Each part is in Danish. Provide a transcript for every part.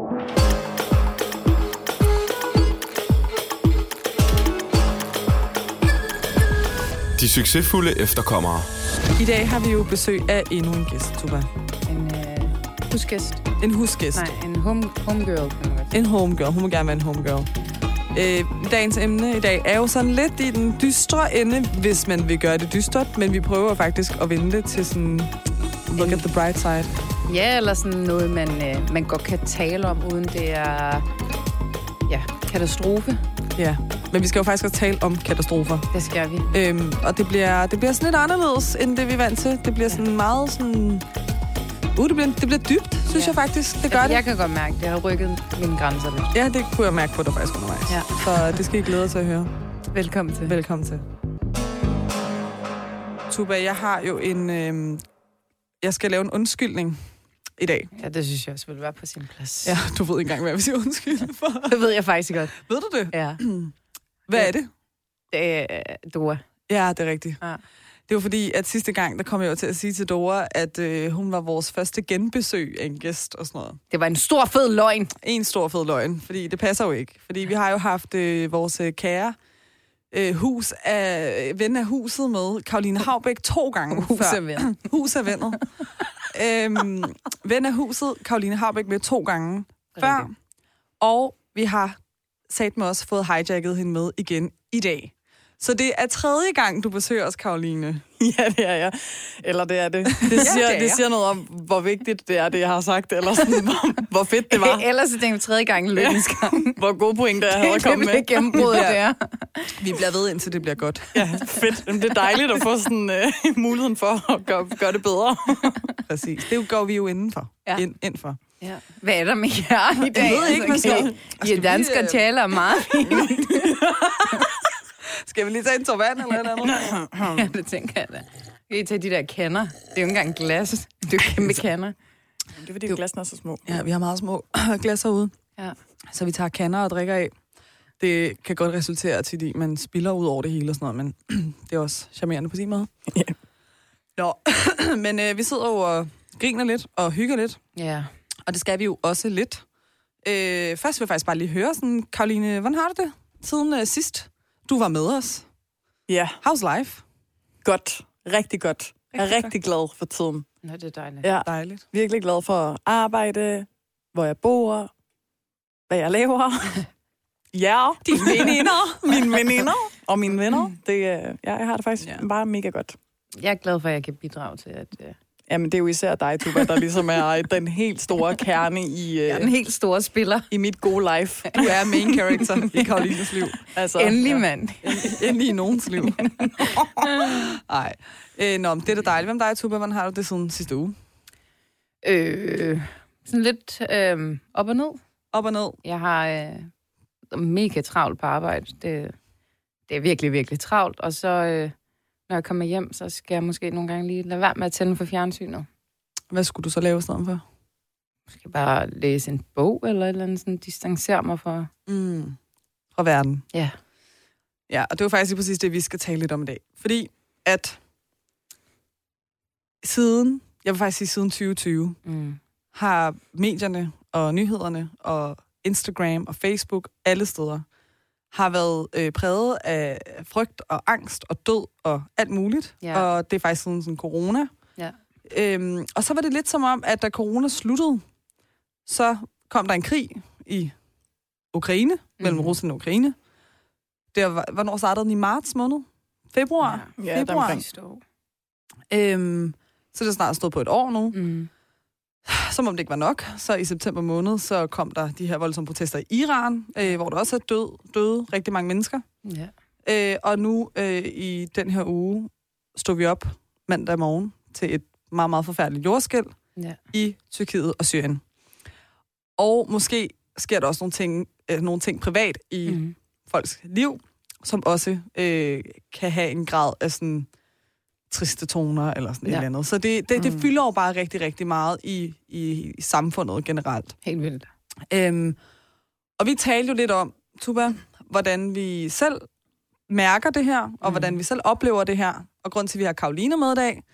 De succesfulde efterkommere. I dag har vi jo besøg af endnu en gæst, Tuba. En husgæst. En husgæst. Nej, en homegirl. En homegirl. Hun må gerne være en homegirl. Dagens emne i dag er jo sådan lidt i den dystre ende, hvis man vil gøre det dystert, men vi prøver faktisk at vende det til sådan look at the bright side. Ja, eller sådan noget, man godt kan tale om, uden det er katastrofe. Ja, men vi skal jo faktisk også tale om katastrofer. Det skal vi. Og det bliver sådan lidt anderledes, end det vi er vant til. Det bliver sådan meget sådan... det bliver dybt, synes jeg faktisk. Det gør det. Jeg kan godt mærke, det har rykket mine grænser lidt. Ja, det kunne jeg mærke på dig faktisk undervejs. Ja. Så det skal I glæde til at høre. Velkommen til. Velkommen til. Tuba, jeg har jo jeg skal lave en undskyldning i dag. Ja, det synes jeg også vil være på sin plads. Ja, du ved ikke engang, hvad jeg vil sige undskyld for. Det ved jeg faktisk godt. Ved du det? Ja. Hvad er det? Det er Dora. Ja, det er rigtigt. Ja. Det var fordi, at sidste gang, der kom jeg jo til at sige til Dora, at hun var vores første genbesøg af en gæst og sådan noget. Det var en stor fed løgn. En stor fed løgn, fordi det passer jo ikke. Fordi vi har jo haft vores kære ven af huset med, Caroline Haubæk, 2 gange Hus er venner. Hus er venner. Ven af huset, Caroline Haubæk, med 2 gange før. Og vi har sat med os fået hijacket hende med igen i dag. Så det er 3. gang, du besøger os, Caroline. Ja, det er jeg. Eller det er det. Det siger noget om, hvor vigtigt det er, det jeg har sagt, eller sådan, hvor fedt det var. Ellers så tænkte jeg 3. gang lykkens gang. Hvor gode pointer jeg havde at komme med. Det bliver gennembrudet, det er. Vi bliver ved, indtil det bliver godt. Ja, fedt. Men det er dejligt at få sådan muligheden for at gøre det bedre. Præcis. Det går vi jo indenfor. Ja. Ind for. Ja. Hvad er der med jer i dag? Jeg ved ikke, hvad skal I er danskere taler meget fint. Skal vi lige tage en tår vand eller noget andet? Ja, det tænker jeg da. Kan I tage de der kander? Det er jo ikke engang glas. Det er jo kæmpe kander. Det er fordi, glasene er så små. Ja, vi har meget små glas herude. Ja. Så vi tager kander og drikker af. Det kan godt resultere til, at man spilder ud over det hele og sådan noget, men det er også charmerende på sin måde. Ja. Nå, men vi sidder jo og griner lidt og hygger lidt. Ja. Og det skal vi jo også lidt. Først vil jeg faktisk bare lige høre sådan, Caroline, hvordan har du det siden sidst? Du var med os. Ja. How's life? Godt. Rigtig godt. Jeg er rigtig glad for tiden. Nå, det er dejligt. Ja. Dejligt. Virkelig glad for at arbejde, hvor jeg bor, hvad jeg laver. Ja. Dine veninder. Mine veninder og mine venner. Jeg har det faktisk bare mega godt. Jeg er glad for, at jeg kan bidrage til, at... Jamen, det er jo især dig, Tuba, der ligesom er den helt store kerne i... Jeg er den helt store spiller. I mit gode life. Du er main character i Carolines liv. Altså, Endelig, mand. Endelig i nogens liv. Nej. Nå, det er da dejligt. Hvem dig, Tuba? Hvordan har du det siden sidste uge? Sådan lidt op og ned. Op og ned. Jeg har mega travlt på arbejde. Det er virkelig, virkelig travlt. Og så... Når jeg kommer hjem, så skal jeg måske nogle gange lige lade være med at tænde for fjernsynet. Hvad skulle du så lave i stedet for? Måske bare læse en bog, eller et eller andet, sådan distancere mig fra... Fra verden. Ja. Ja, og det var faktisk præcis det, vi skal tale lidt om i dag. Fordi at jeg vil faktisk sige siden 2020, har medierne og nyhederne og Instagram og Facebook, alle steder, har været præget af frygt og angst og død og alt muligt. Ja. Og det er faktisk sådan corona. Ja. Og så var det lidt som om, at da corona sluttede, så kom der en krig i Ukraine, mellem Rusland og Ukraine. Hvornår startede den? I marts måned? Februar? Ja, Februar. Så det er snart stået på et år nu. Som om det ikke var nok, så i september måned, så kom der de her voldsomme protester i Iran, hvor der også er døde rigtig mange mennesker. Ja. Og nu i den her uge stod vi op mandag morgen til et meget, meget forfærdeligt jordskælv i Tyrkiet og Syrien. Og måske sker der også nogle ting privat i folks liv, som også kan have en grad af sådan triste toner eller sådan et eller andet. Så det fylder jo bare rigtig, rigtig meget i samfundet generelt. Helt vildt. Og vi talte jo lidt om, Tuba, hvordan vi selv mærker det her, og hvordan vi selv oplever det her. Og grund til, at vi har Caroline med i dag,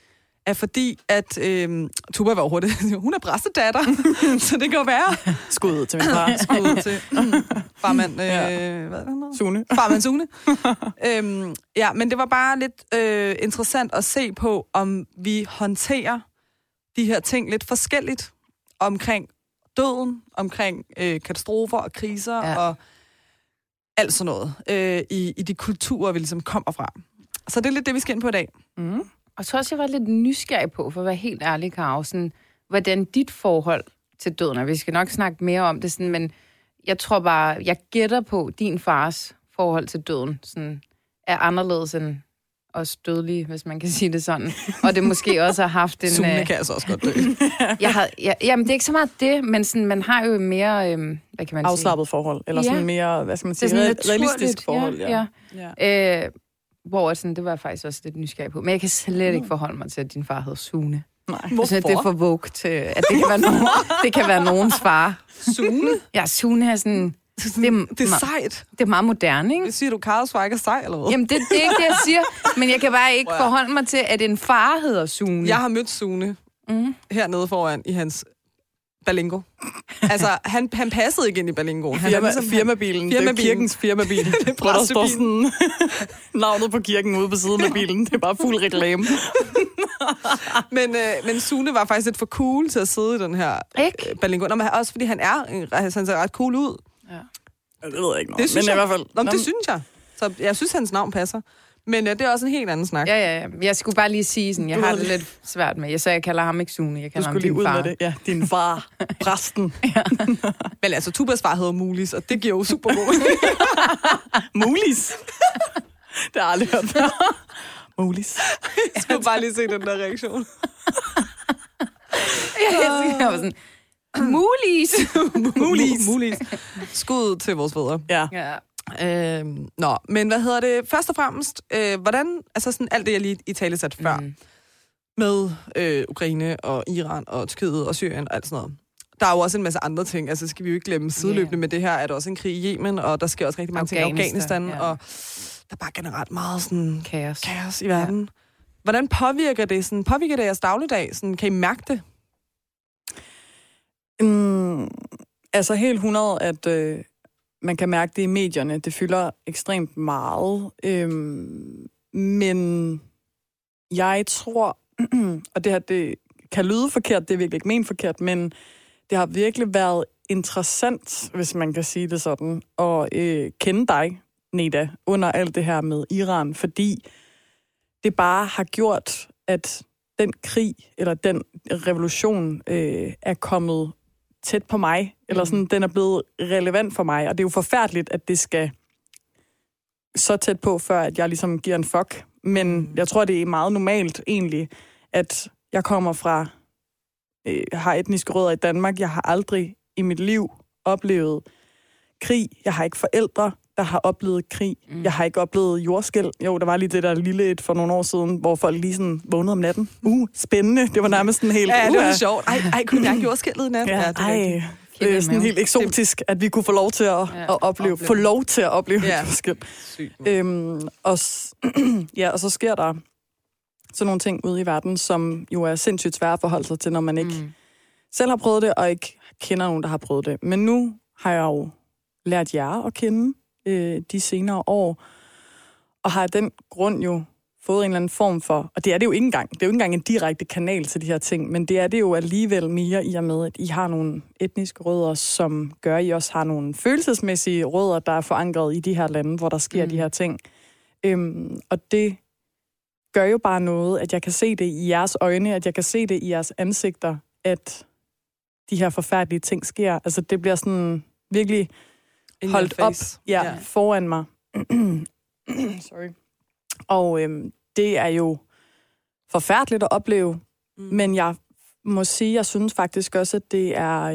er fordi, at Tuba var overhovedet, hun er præstedatter, så det kan jo være. Skud til min far. Skud til farmand, hvad er det? Sune. Farmand Sune. Ja, men det var bare lidt interessant at se på, om vi håndterer de her ting lidt forskelligt omkring døden, omkring katastrofer og kriser og alt sådan noget i de kulturer, vi ligesom kommer fra. Så det er lidt det, vi skal ind på i dag. Mm. Og så også, jeg var lidt nysgerrig på, for at være helt ærlig, Karo, sådan, hvordan dit forhold til døden er. Vi skal nok snakke mere om det, sådan, men jeg tror bare, jeg gætter på, din fars forhold til døden sådan, er anderledes end os dødelige, hvis man kan sige det sådan. Og det måske også har haft en... Sune kan altså også godt dø. Jamen, det er ikke så meget det, men sådan, man har jo mere... hvad kan man afslappet forhold, eller sådan mere, hvad skal man sige, realistisk forhold. Ja. Hvor sådan, det var jeg faktisk også lidt nysgerrig på. Men jeg kan slet ikke forholde mig til, at din far hedder Sune. Nej. Hvorfor? Det er for vogue til, at det kan være nogens far. Sune? Ja, Sune er sådan... Det er sejt. Det er meget moderne, ikke? Det siger du, Karls far ikke er sej, eller hvad? Jamen, det er ikke det, jeg siger. Men jeg kan bare ikke forholde mig til, at en far hedder Sune. Jeg har mødt Sune hernede foran i hans Berlingo. Altså, han passede ikke ind i Berlingo. Firmabilen. Det er kirkens firmabil. Det hvor der står sådan navnet på kirken ude på siden af bilen. Det er bare fuld reklame. men Sune var faktisk lidt for cool til at sidde i den her Berlingo. Men også fordi han ser ret cool ud. Ja. Det ved jeg ikke noget. Det synes men i hvert fald... det synes jeg. Så jeg synes, hans navn passer. Men det er også en helt anden snak. Ja. Jeg skulle bare lige sige sådan, jeg har det lidt svært med. Jeg kalder ham ikke Sune, jeg kalder ham din far. Det. Ja, din far. Præsten. Men altså, Tubas far hedder Mulis, og det giver jo super god. Mulis? Det har jeg aldrig hørt før. Mulis. Jeg skulle bare lige se den der reaktion. Jeg var sådan, Mulis. Skud til vores fædre. Ja. Men hvad hedder det? Først og fremmest, hvordan, altså sådan alt det, jeg lige i tale sat før, med Ukraine og Iran og Tyrkiet og Syrien og alt sådan noget. Der er jo også en masse andre ting, altså skal vi jo ikke glemme sideløbende med det her, er der også en krig i Yemen, og der sker også rigtig mange ting i Afghanistan, og der er bare generelt meget sådan kaos i verden. Ja. Hvordan påvirker det? Sådan, påvirker det jeres dagligdag? Sådan, kan I mærke det? Altså helt 100, at man kan mærke det i medierne. Det fylder ekstremt meget. Men jeg tror, og det her det kan lyde forkert, det er virkelig ikke ment forkert, men det har virkelig været interessant, hvis man kan sige det sådan, at kende dig, Neda, under alt det her med Iran, fordi det bare har gjort, at den krig, eller den revolution, er kommet tæt på mig, eller sådan, den er blevet relevant for mig, og det er jo forfærdeligt, at det skal så tæt på, før at jeg ligesom giver en fuck. Men jeg tror, det er meget normalt egentlig, at jeg kommer fra, har etniske rødder i Danmark. Jeg har aldrig i mit liv oplevet krig. Jeg har ikke forældre, der har oplevet krig. Jeg har ikke oplevet jordskælv. Jo, der var lige det der lille et for nogle år siden, hvor folk lige sådan vågnede om natten. Spændende. Det var nærmest sådan helt... Ja, det var sjovt. Ej, kunne jeg jordskælvet i nat? Ja, det er sådan helt eksotisk, at vi kunne få lov til at opleve. Få lov til at opleve jordskælv. Og så sker der sådan nogle ting ude i verden, som jo er sindssygt svære at forholde sig til, når man ikke selv har prøvet det, og ikke kender nogen, der har prøvet det. Men nu har jeg jo lært jer at kende de senere år, og har af den grund jo fået en eller anden form for, og det er det jo ikke engang, det er jo ikke engang en direkte kanal til de her ting, men det er det jo alligevel mere i og med, at I har nogle etniske rødder, som gør, at I også har nogle følelsesmæssige rødder, der er forankret i de her lande, hvor der sker de her ting. Og det gør jo bare noget, at jeg kan se det i jeres øjne, at jeg kan se det i jeres ansigter, at de her forfærdelige ting sker. Altså det bliver sådan virkelig holdt op foran mig. Sorry. Og det er jo forfærdeligt at opleve, men jeg må sige, jeg synes faktisk også, at det er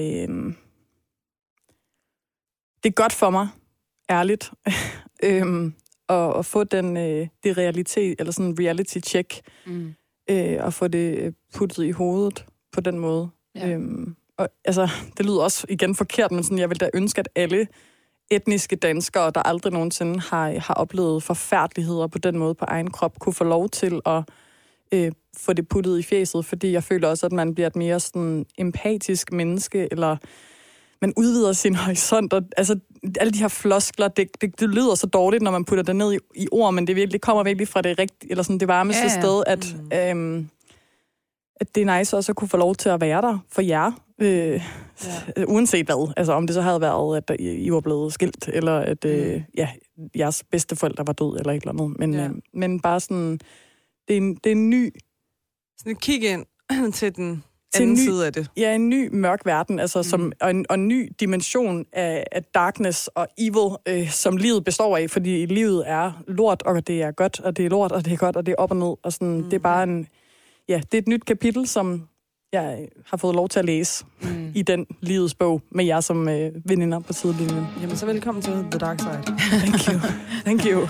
det er godt for mig, ærligt, at få det realitet, eller sådan en reality check, og få det puttet i hovedet på den måde. Ja. Og, altså, det lyder også igen forkert, men sådan, jeg vil da ønske, at alle etniske danskere, der aldrig nogensinde har oplevet forfærdeligheder på den måde på egen krop, kunne få lov til at få det puttet i fjeset, fordi jeg føler også, at man bliver et mere sådan empatisk menneske, eller man udvider sin horisont, og altså alle de her floskler, det lyder så dårligt, når man putter det ned i ord, men det kommer virkelig fra det rigtige, eller sådan det varmeste sted, at det er nice også at kunne få lov til at være der for jer, uanset hvad. Altså om det så havde været, at I var blevet skilt, eller at jeres bedsteforældre var død, eller et eller andet. Men bare sådan, det er en ny... Sådan et kig ind til den anden side af det. Ja, en ny mørk verden, altså, og en ny dimension af darkness og evil, som livet består af, fordi livet er lort, og det er godt, og det er lort, og det er godt, og det er op og ned. Og sådan, det er bare det er et nyt kapitel, som jeg har fået lov til at læse i den livets bog, med jer som veninder på sidelinjen. Jamen, så velkommen til The Dark Side. Thank you.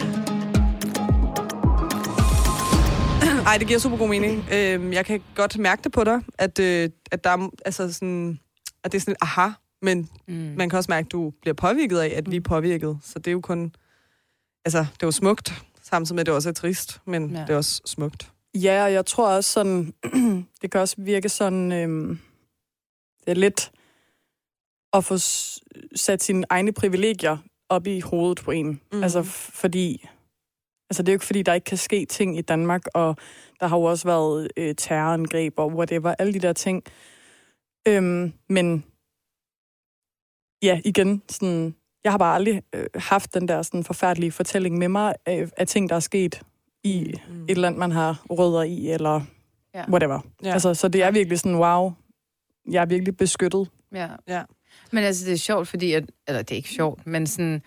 Ej, det giver super god mening. Jeg kan godt mærke det på dig, at der er, altså sådan, at det er sådan et aha, men man kan også mærke, at du bliver påvirket af, at vi er påvirket. Så det er jo kun... Altså, det er jo smukt, samtidig med, at det også er trist, men det er også smukt. Ja, og jeg tror også sådan... det kan også virke sådan... det er lidt at få sat sine egne privilegier op i hovedet på en. Altså, fordi... Altså, det er jo ikke, fordi der ikke kan ske ting i Danmark, og der har jo også været terrorangreb og whatever, alle de der ting. Men ja, igen, sådan, jeg har bare aldrig haft den der sådan forfærdelige fortælling med mig af ting, der er sket i et land, man har rødder i, eller whatever. Ja. Altså, så det er virkelig sådan, wow, jeg er virkelig beskyttet. Ja. Men altså, det er sjovt, fordi... eller det er ikke sjovt, men sådan...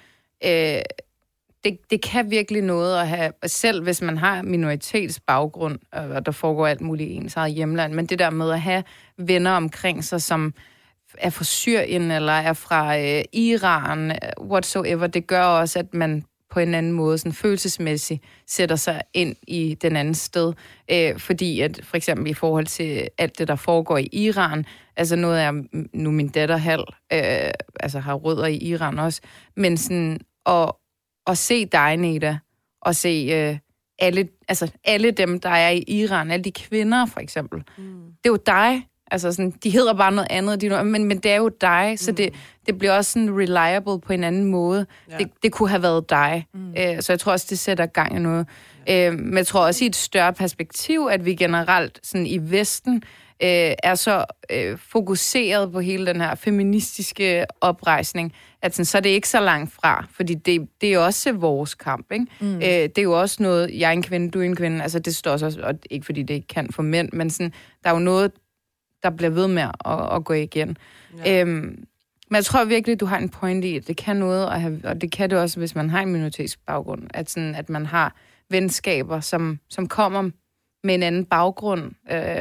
Det kan virkelig noget at have, selv hvis man har minoritetsbaggrund, og der foregår alt muligt i ens eget hjemland, men det der med at have venner omkring sig, som er fra Syrien, eller er fra Iran, whatsoever, det gør også, at man på en anden måde, sådan følelsesmæssigt, sætter sig ind i den anden sted. Fordi at for eksempel i forhold til alt det, der foregår i Iran, altså noget af nu min datter halv, altså har rødder i Iran også, men sådan, og se dig, Neda, og se alle dem, der er i Iran, alle de kvinder for eksempel. Det er jo dig. Altså sådan, de hedder bare noget andet, men det er jo dig, så det bliver også sådan reliable på en anden måde. Ja. Det kunne have været dig. Så jeg tror også, det sætter gang i noget. Men jeg tror også i et større perspektiv, at vi generelt sådan i Vesten er så fokuseret på hele den her feministiske oprejsning, at sådan, så er det ikke så langt fra, fordi det er også vores kamp, ikke? Det er jo også noget, jeg er en kvinde, du er en kvinde, altså det står også, og ikke fordi det ikke kan for mænd, men sådan, der er jo noget, der bliver ved med at gå igen. Ja. Men jeg tror virkelig, du har en point i, at det kan noget, og det kan det også, hvis man har en minoritetsbaggrund, at man har venskaber, som kommer med en anden baggrund,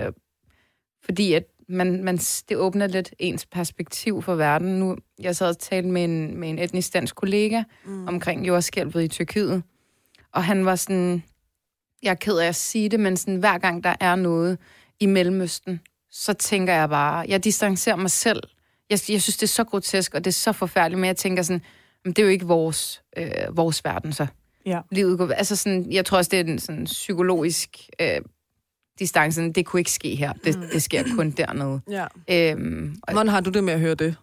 fordi at det åbner lidt ens perspektiv for verden. Nu, jeg sad og talte med en etnisk dansk kollega omkring jordskælvet i Tyrkiet, og han var sådan, jeg er ked af at sige det, men sådan, hver gang der er noget i Mellemøsten, så tænker jeg bare, jeg distancerer mig selv. Jeg synes, det er så grotesk, og det er så forfærdeligt, men jeg tænker sådan, det er jo ikke vores verden, så. Ja. Livet går, altså sådan, jeg tror også, det er en sådan psykologisk distancen. Det kunne ikke ske her. Det sker kun dernede. Ja. Hvordan har du det med at høre det?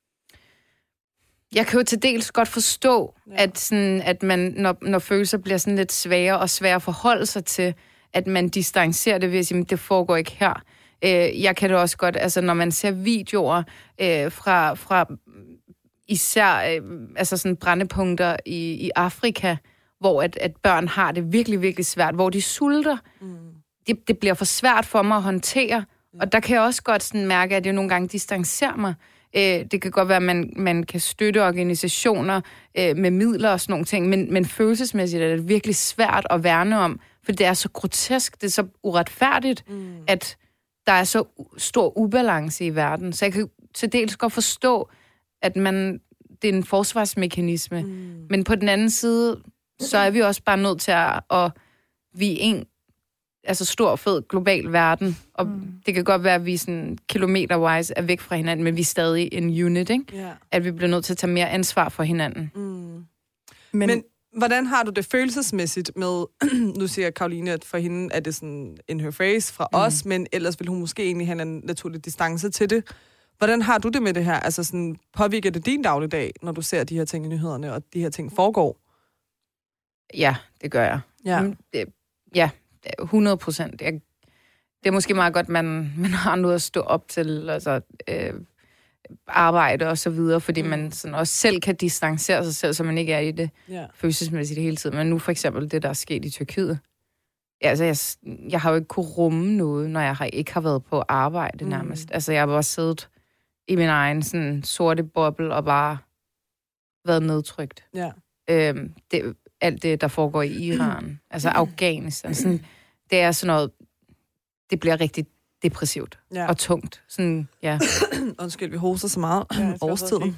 Jeg kan jo til dels godt forstå, at man, når følelser bliver sådan lidt svære og svære at forholde sig til, at man distancerer det ved at sige, det foregår ikke her. Jeg kan det også godt, altså når man ser videoer fra især altså sådan brændepunkter i Afrika, hvor at børn har det virkelig, virkelig svært, hvor de sulter. Det bliver for svært for mig at håndtere, og der kan jeg også godt sådan mærke, at det nogle gange distancerer mig. Det kan godt være, at man kan støtte organisationer med midler og sådan nogle ting, men følelsesmæssigt er det virkelig svært at værne om, for det er så grotesk, det er så uretfærdigt, at der er så stor ubalance i verden. Så jeg kan til dels godt forstå, at det er en forsvarsmekanisme. Men på den anden side, så er vi også bare nødt til at vi er en stor, fed, global verden. Og det kan godt være, at vi sådan kilometerwise er væk fra hinanden, men vi er stadig en unit, ikke? Yeah. At vi bliver nødt til at tage mere ansvar for hinanden. Men hvordan har du det følelsesmæssigt med, nu siger Karoline, at for hende er det sådan in her face fra os, men ellers vil hun måske egentlig have en naturlig distance til det. Hvordan har du det med det her? Altså sådan, påvirker det din dagligdag, når du ser de her ting i nyhederne, og de her ting foregår? Ja, det gør jeg. Ja. 100%. Det er måske meget godt, man har noget at stå op til, altså arbejde og så videre, fordi man sådan også selv kan distancere sig selv, så man ikke er i det følelsesmæssigt hele tiden. Men nu for eksempel det, der er sket i Tyrkiet. Ja, altså, jeg har jo ikke kunne rumme noget, når jeg ikke har været på arbejde nærmest. Altså, jeg har bare siddet i min egen sådan sorte boble og bare været nedtrykt. Ja. Alt det, der foregår i Iran, altså Afghanistan, sådan, det er sådan noget, det bliver rigtig depressivt og tungt. Sådan, ja. Undskyld, vi hoster så meget. Årstiden.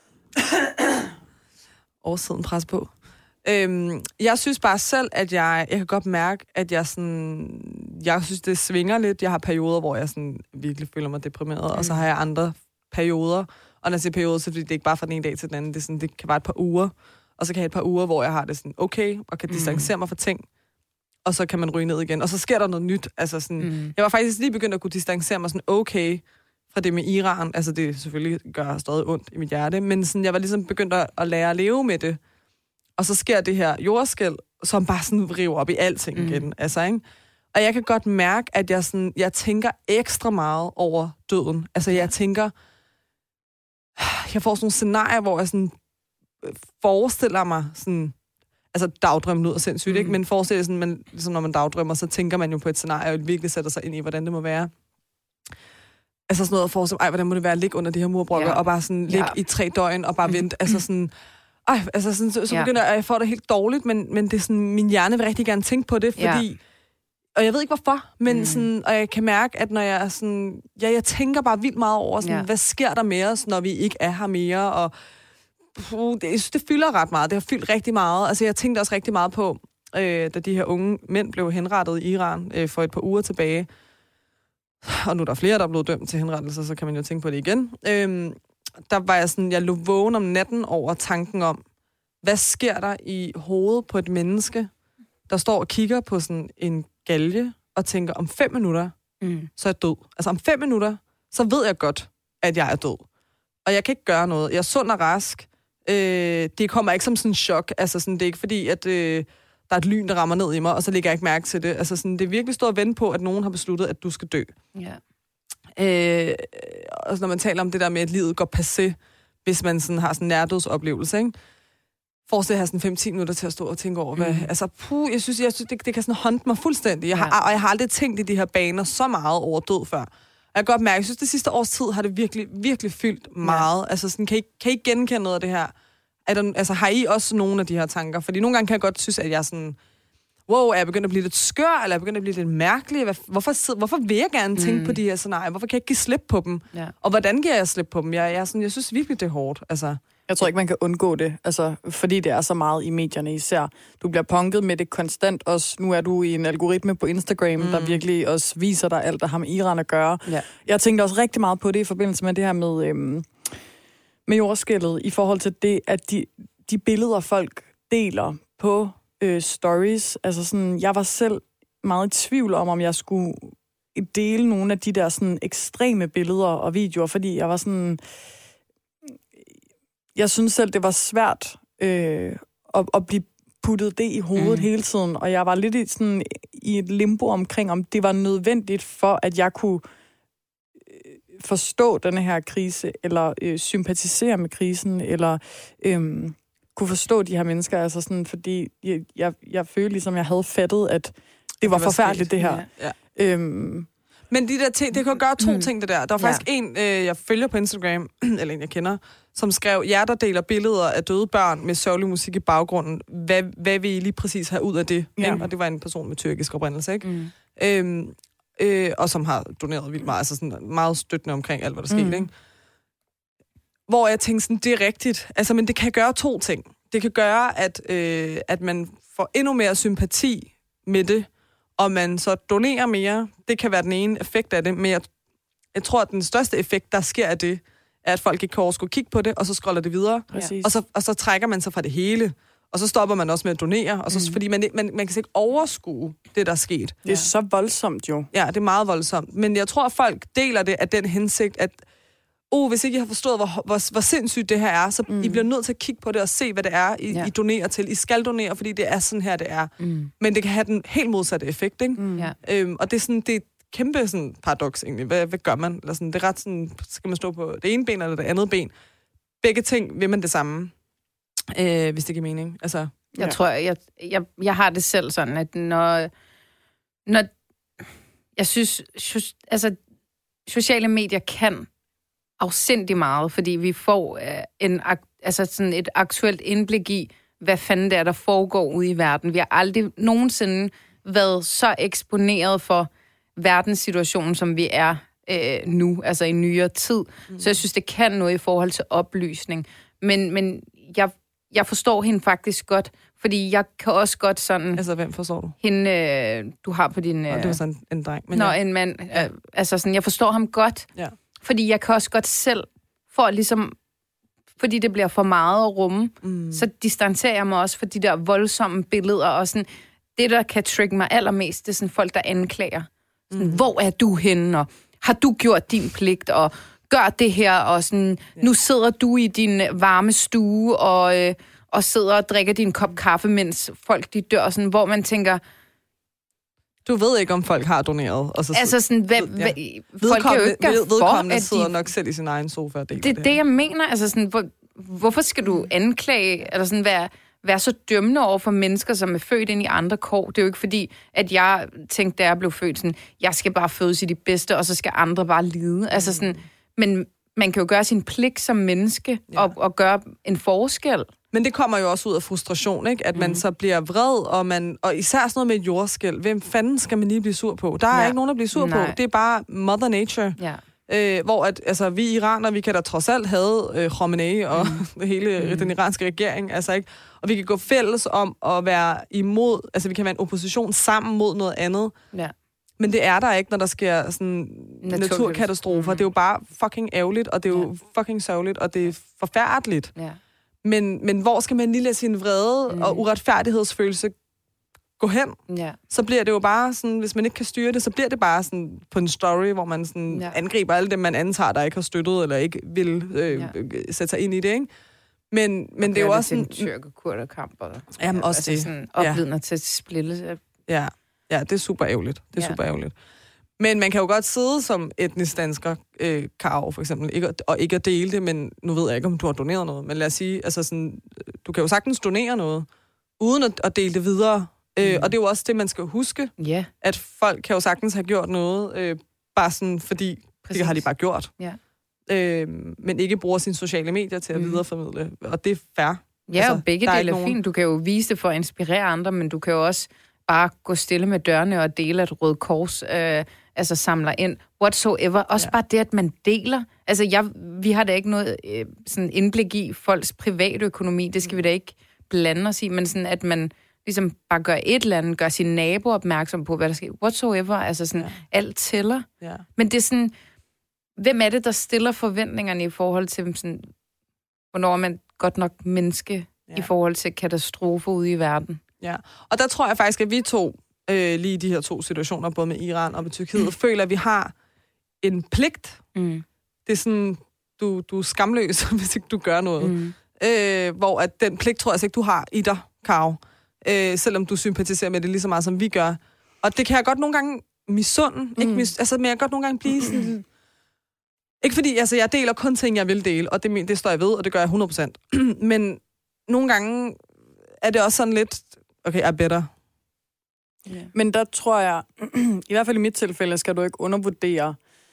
Årstiden pres på. Jeg synes bare selv, at jeg kan godt mærke, at jeg synes, det svinger lidt. Jeg har perioder, hvor jeg sådan virkelig føler mig deprimeret, og så har jeg andre perioder. Og når jeg siger perioder, så fordi det er ikke bare fra den ene dag til den anden. Det kan være et par uger. Og så kan jeg have et par uger, hvor jeg har det sådan okay, og kan distancere mig fra ting. Og så kan man ryge ned igen. Og så sker der noget nyt. Altså sådan, jeg var faktisk lige begyndt at kunne distancere mig sådan okay fra det med Iran. Altså det selvfølgelig gør stadig ondt i mit hjerte. Men sådan, jeg var ligesom begyndt at lære at leve med det. Og så sker det her jordskælv, som bare sådan river op i alting igen. Altså, ikke? Og jeg kan godt mærke, at jeg tænker ekstra meget over døden. Altså jeg tænker, jeg får sådan nogle scenarier, hvor jeg sådan forestiller mig sådan, altså dagdrømme lyder sindssygt, ikke? Men forestiller sådan, man, ligesom når man dagdrømmer, så tænker man jo på et scenarie, og virkelig sætter sig ind i, hvordan det må være. Altså sådan noget at forestille, hvordan må det være at ligge under de her murbrokker, og bare sådan ligge i 3 døgn, og bare vente, altså sådan, altså sådan, så begynder jeg at få det helt dårligt, men det er sådan, min hjerne vil rigtig gerne tænke på det, fordi, og jeg ved ikke hvorfor, men sådan, og jeg kan mærke, at når jeg er sådan, jeg tænker bare vildt meget over, sådan, hvad sker der med os, når vi ikke er her mere, og det fylder ret meget. Det har fyldt rigtig meget. Altså, jeg tænkte også rigtig meget på, da de her unge mænd blev henrettet i Iran for et par uger tilbage. Og nu er der flere, der er blevet dømt til henrettelse, så kan man jo tænke på det igen. Der var jeg sådan, jeg lå vågen om natten over tanken om, hvad sker der i hovedet på et menneske, der står og kigger på sådan en galge og tænker, om 5 minutter, så er jeg død. Altså om 5 minutter, så ved jeg godt, at jeg er død. Og jeg kan ikke gøre noget. Jeg er sund og rask. Det kommer ikke som sådan en chok. Altså sådan, det er ikke fordi, at der er et lyn, der rammer ned i mig, og så lægger jeg ikke mærke til det. Altså sådan, det er virkelig stort at vente på, at nogen har besluttet, at du skal dø. Ja. Og når man taler om det der med, at livet går passé, hvis man sådan har sådan en nærdødsoplevelse, ikke? Forestil at have sådan 5-10 minutter til at stå og tænke over, hvad... Altså, jeg synes det kan sådan håndte mig fuldstændig. Jeg har aldrig tænkt i de her baner så meget over død før. Jeg kan godt mærke, jeg synes, det sidste års tid har det virkelig, virkelig fyldt meget. Ja. Altså, sådan, kan I genkende noget af det her? Har I også nogle af de her tanker? Fordi nogle gange kan jeg godt synes, at jeg er sådan, wow, er jeg begyndt at blive lidt skør, eller er jeg begyndt at blive lidt mærkelig? Hvorfor vil jeg gerne tænke på de her scenarier? Hvorfor kan jeg ikke give slip på dem? Ja. Og hvordan giver jeg slip på dem? Jeg synes virkelig, det er hårdt. Altså. Jeg tror ikke, man kan undgå det, altså, fordi det er så meget i medierne især. Du bliver punket med det konstant også. Nu er du i en algoritme på Instagram, der virkelig også viser dig alt, der har med Iran at gøre. Ja. Jeg tænkte også rigtig meget på det i forbindelse med det her med jordskælvet, i forhold til det, at de billeder, folk deler på stories, altså sådan, jeg var selv meget i tvivl om jeg skulle dele nogle af de der sådan ekstreme billeder og videoer, fordi jeg var sådan... Jeg synes selv, det var svært at blive puttet det i hovedet hele tiden, og jeg var lidt i et limbo omkring, om det var nødvendigt for, at jeg kunne forstå denne her krise, eller sympatisere med krisen, eller kunne forstå de her mennesker, altså sådan, fordi jeg følte ligesom, jeg havde fattet, at det var forfærdeligt, det her. Ja. Men de der ting, det kan gøre 2 ting, det der. Der var faktisk en, jeg følger på Instagram, eller en, jeg kender, som skrev, jer der deler billeder af døde børn med sørgelig musik i baggrunden, hvad vil I lige præcis have ud af det? Ja. Og det var en person med tyrkisk oprindelse, ikke? Og som har doneret vildt meget, altså sådan meget støttende omkring alt, hvad der skete, ikke? Hvor jeg tænkte sådan, det er rigtigt. Altså, men det kan gøre 2 ting. Det kan gøre, at man får endnu mere sympati med det, og man så donerer mere. Det kan være den ene effekt af det, men jeg tror, at den største effekt, der sker af det, er, at folk ikke kan overskue kigge på det, og så scroller det videre. Og så trækker man sig fra det hele. Og så stopper man også med at donere, og så, fordi man kan ikke overskue det, der er sket. Det er så voldsomt jo. Ja, det er meget voldsomt. Men jeg tror, at folk deler det af den hensigt, at hvis ikke I har forstået, hvor sindssygt det her er, så I bliver nødt til at kigge på det og se, hvad det er, I donerer til. I skal donere, fordi det er sådan her, det er. Men det kan have den helt modsatte effekt, ikke? Og det er sådan, det er et kæmpe sådan, paradoks egentlig. Hvad gør man? Eller sådan, det er ret sådan, skal man stå på det ene ben eller det andet ben? Begge ting vil man det samme, hvis det giver mening. Altså, jeg tror, jeg har det selv sådan, at når jeg synes, altså, sociale medier kan afsindig meget, fordi vi får sådan et aktuelt indblik i, hvad fanden det er, der foregår ude i verden. Vi har aldrig nogensinde været så eksponeret for verdenssituationen, som vi er nu, altså i nyere tid. Så jeg synes, det kan noget i forhold til oplysning. Men jeg forstår hende faktisk godt, fordi jeg kan også godt sådan... Altså, hvem forstår du? Hende, du har på din... det var sådan en dreng. Men en mand. Altså sådan, jeg forstår ham godt, fordi jeg kan også godt selv, fordi det bliver for meget at rumme, så distancerer jeg mig også for de der voldsomme billeder, og sådan, det, der kan trigge mig allermest, det er sådan folk, der anklager. Sådan, hvor er du henne, og har du gjort din pligt, og gør det her, og sådan, nu sidder du i din varme stue, og sidder og drikker din kop kaffe, mens folk de dør, sådan, hvor man tænker... Du ved ikke, om folk har doneret. Og så altså sådan, folk kan jo ikke gøre for, at sidder nok selv i sin egen sofa og deler det. Det, jeg mener, altså sådan, hvorfor skal du anklage, eller sådan være så dømmende over for mennesker, som er født ind i andre kår? Det er jo ikke fordi, at jeg tænkte, da jeg blev født, sådan, jeg skal bare fødes i de bedste, og så skal andre bare lide. Altså sådan, men man kan jo gøre sin pligt som menneske, og gøre en forskel. Men det kommer jo også ud af frustration, ikke? At man så bliver vred, og især sådan noget med et jordskælv. Hvem fanden skal man lige blive sur på? Der er ikke nogen, der bliver sur på. Det er bare Mother Nature. Ja. Hvor at, altså, vi iranere, vi kan da trods alt have Khomeini og hele den iranske regering. Altså, ikke? Og vi kan gå fælles om at være imod, altså vi kan være en opposition sammen mod noget andet. Ja. Men det er der ikke, når der sker sådan naturkatastrofer. Det er jo bare fucking ærgerligt, og det er jo fucking sørgeligt, og det er forfærdeligt. Ja. Men hvor skal man lige lade sin vrede og uretfærdighedsfølelse gå hen? Ja. Så bliver det jo bare sådan, hvis man ikke kan styre det, så bliver det bare sådan på en story, hvor man sådan angriber alle dem, man antager, der ikke har støttet, eller ikke vil sætte sig ind i det, ikke? Men det er jo også sådan... tyrker-kurder-kamp, jamen også altså det. Sådan opvidner til splittelse. Ja, det er super ærgerligt. Det er super ærgerligt. Men man kan jo godt sidde som etnisk dansker, Karo for eksempel, ikke at dele det, men nu ved jeg ikke, om du har doneret noget, men lad os sige, altså sådan, du kan jo sagtens donere noget, uden at dele det videre. Og det er jo også det, man skal huske, at folk kan jo sagtens have gjort noget, bare sådan, fordi det har de bare gjort. Ja. Men ikke bruger sine sociale medier til at videreformidle, og det er fair. Ja, altså, og begge dele er fint. Du kan jo vise det for at inspirere andre, men du kan jo også bare gå stille med dørene og dele, at Røde Kors altså samler ind. Whatsoever. Også bare det, at man deler. Altså, vi har da ikke noget sådan indblik i folks private økonomi. Det skal vi da ikke blande os i, men sådan, at man ligesom bare gør et eller andet, gør sine naboer opmærksom på, hvad der sker. Whatsoever. Altså sådan, alt tæller. Ja. Men det er sådan, hvem er det, der stiller forventningerne i forhold til sådan, hvornår er man godt nok menneske i forhold til katastrofer ude i verden? Ja, og der tror jeg faktisk, at vi to, lige i de her to situationer, både med Iran og med Tyrkiet, føler, at vi har en pligt. Det er sådan, du er skamløs, hvis ikke du gør noget. Hvor at den pligt, tror jeg ikke, du har i dig, Karo. Selvom du sympatiserer med det lige så meget, som vi gør. Og det kan jeg godt nogle gange misunde. Men jeg kan godt nogle gange blive sådan... Ikke fordi, altså jeg deler kun ting, jeg vil dele, og det står jeg ved, og det gør jeg 100%. Men nogle gange er det også sådan lidt... Okay, I better. Yeah. Men der tror jeg, i hvert fald i mit tilfælde, skal du ikke undervurdere,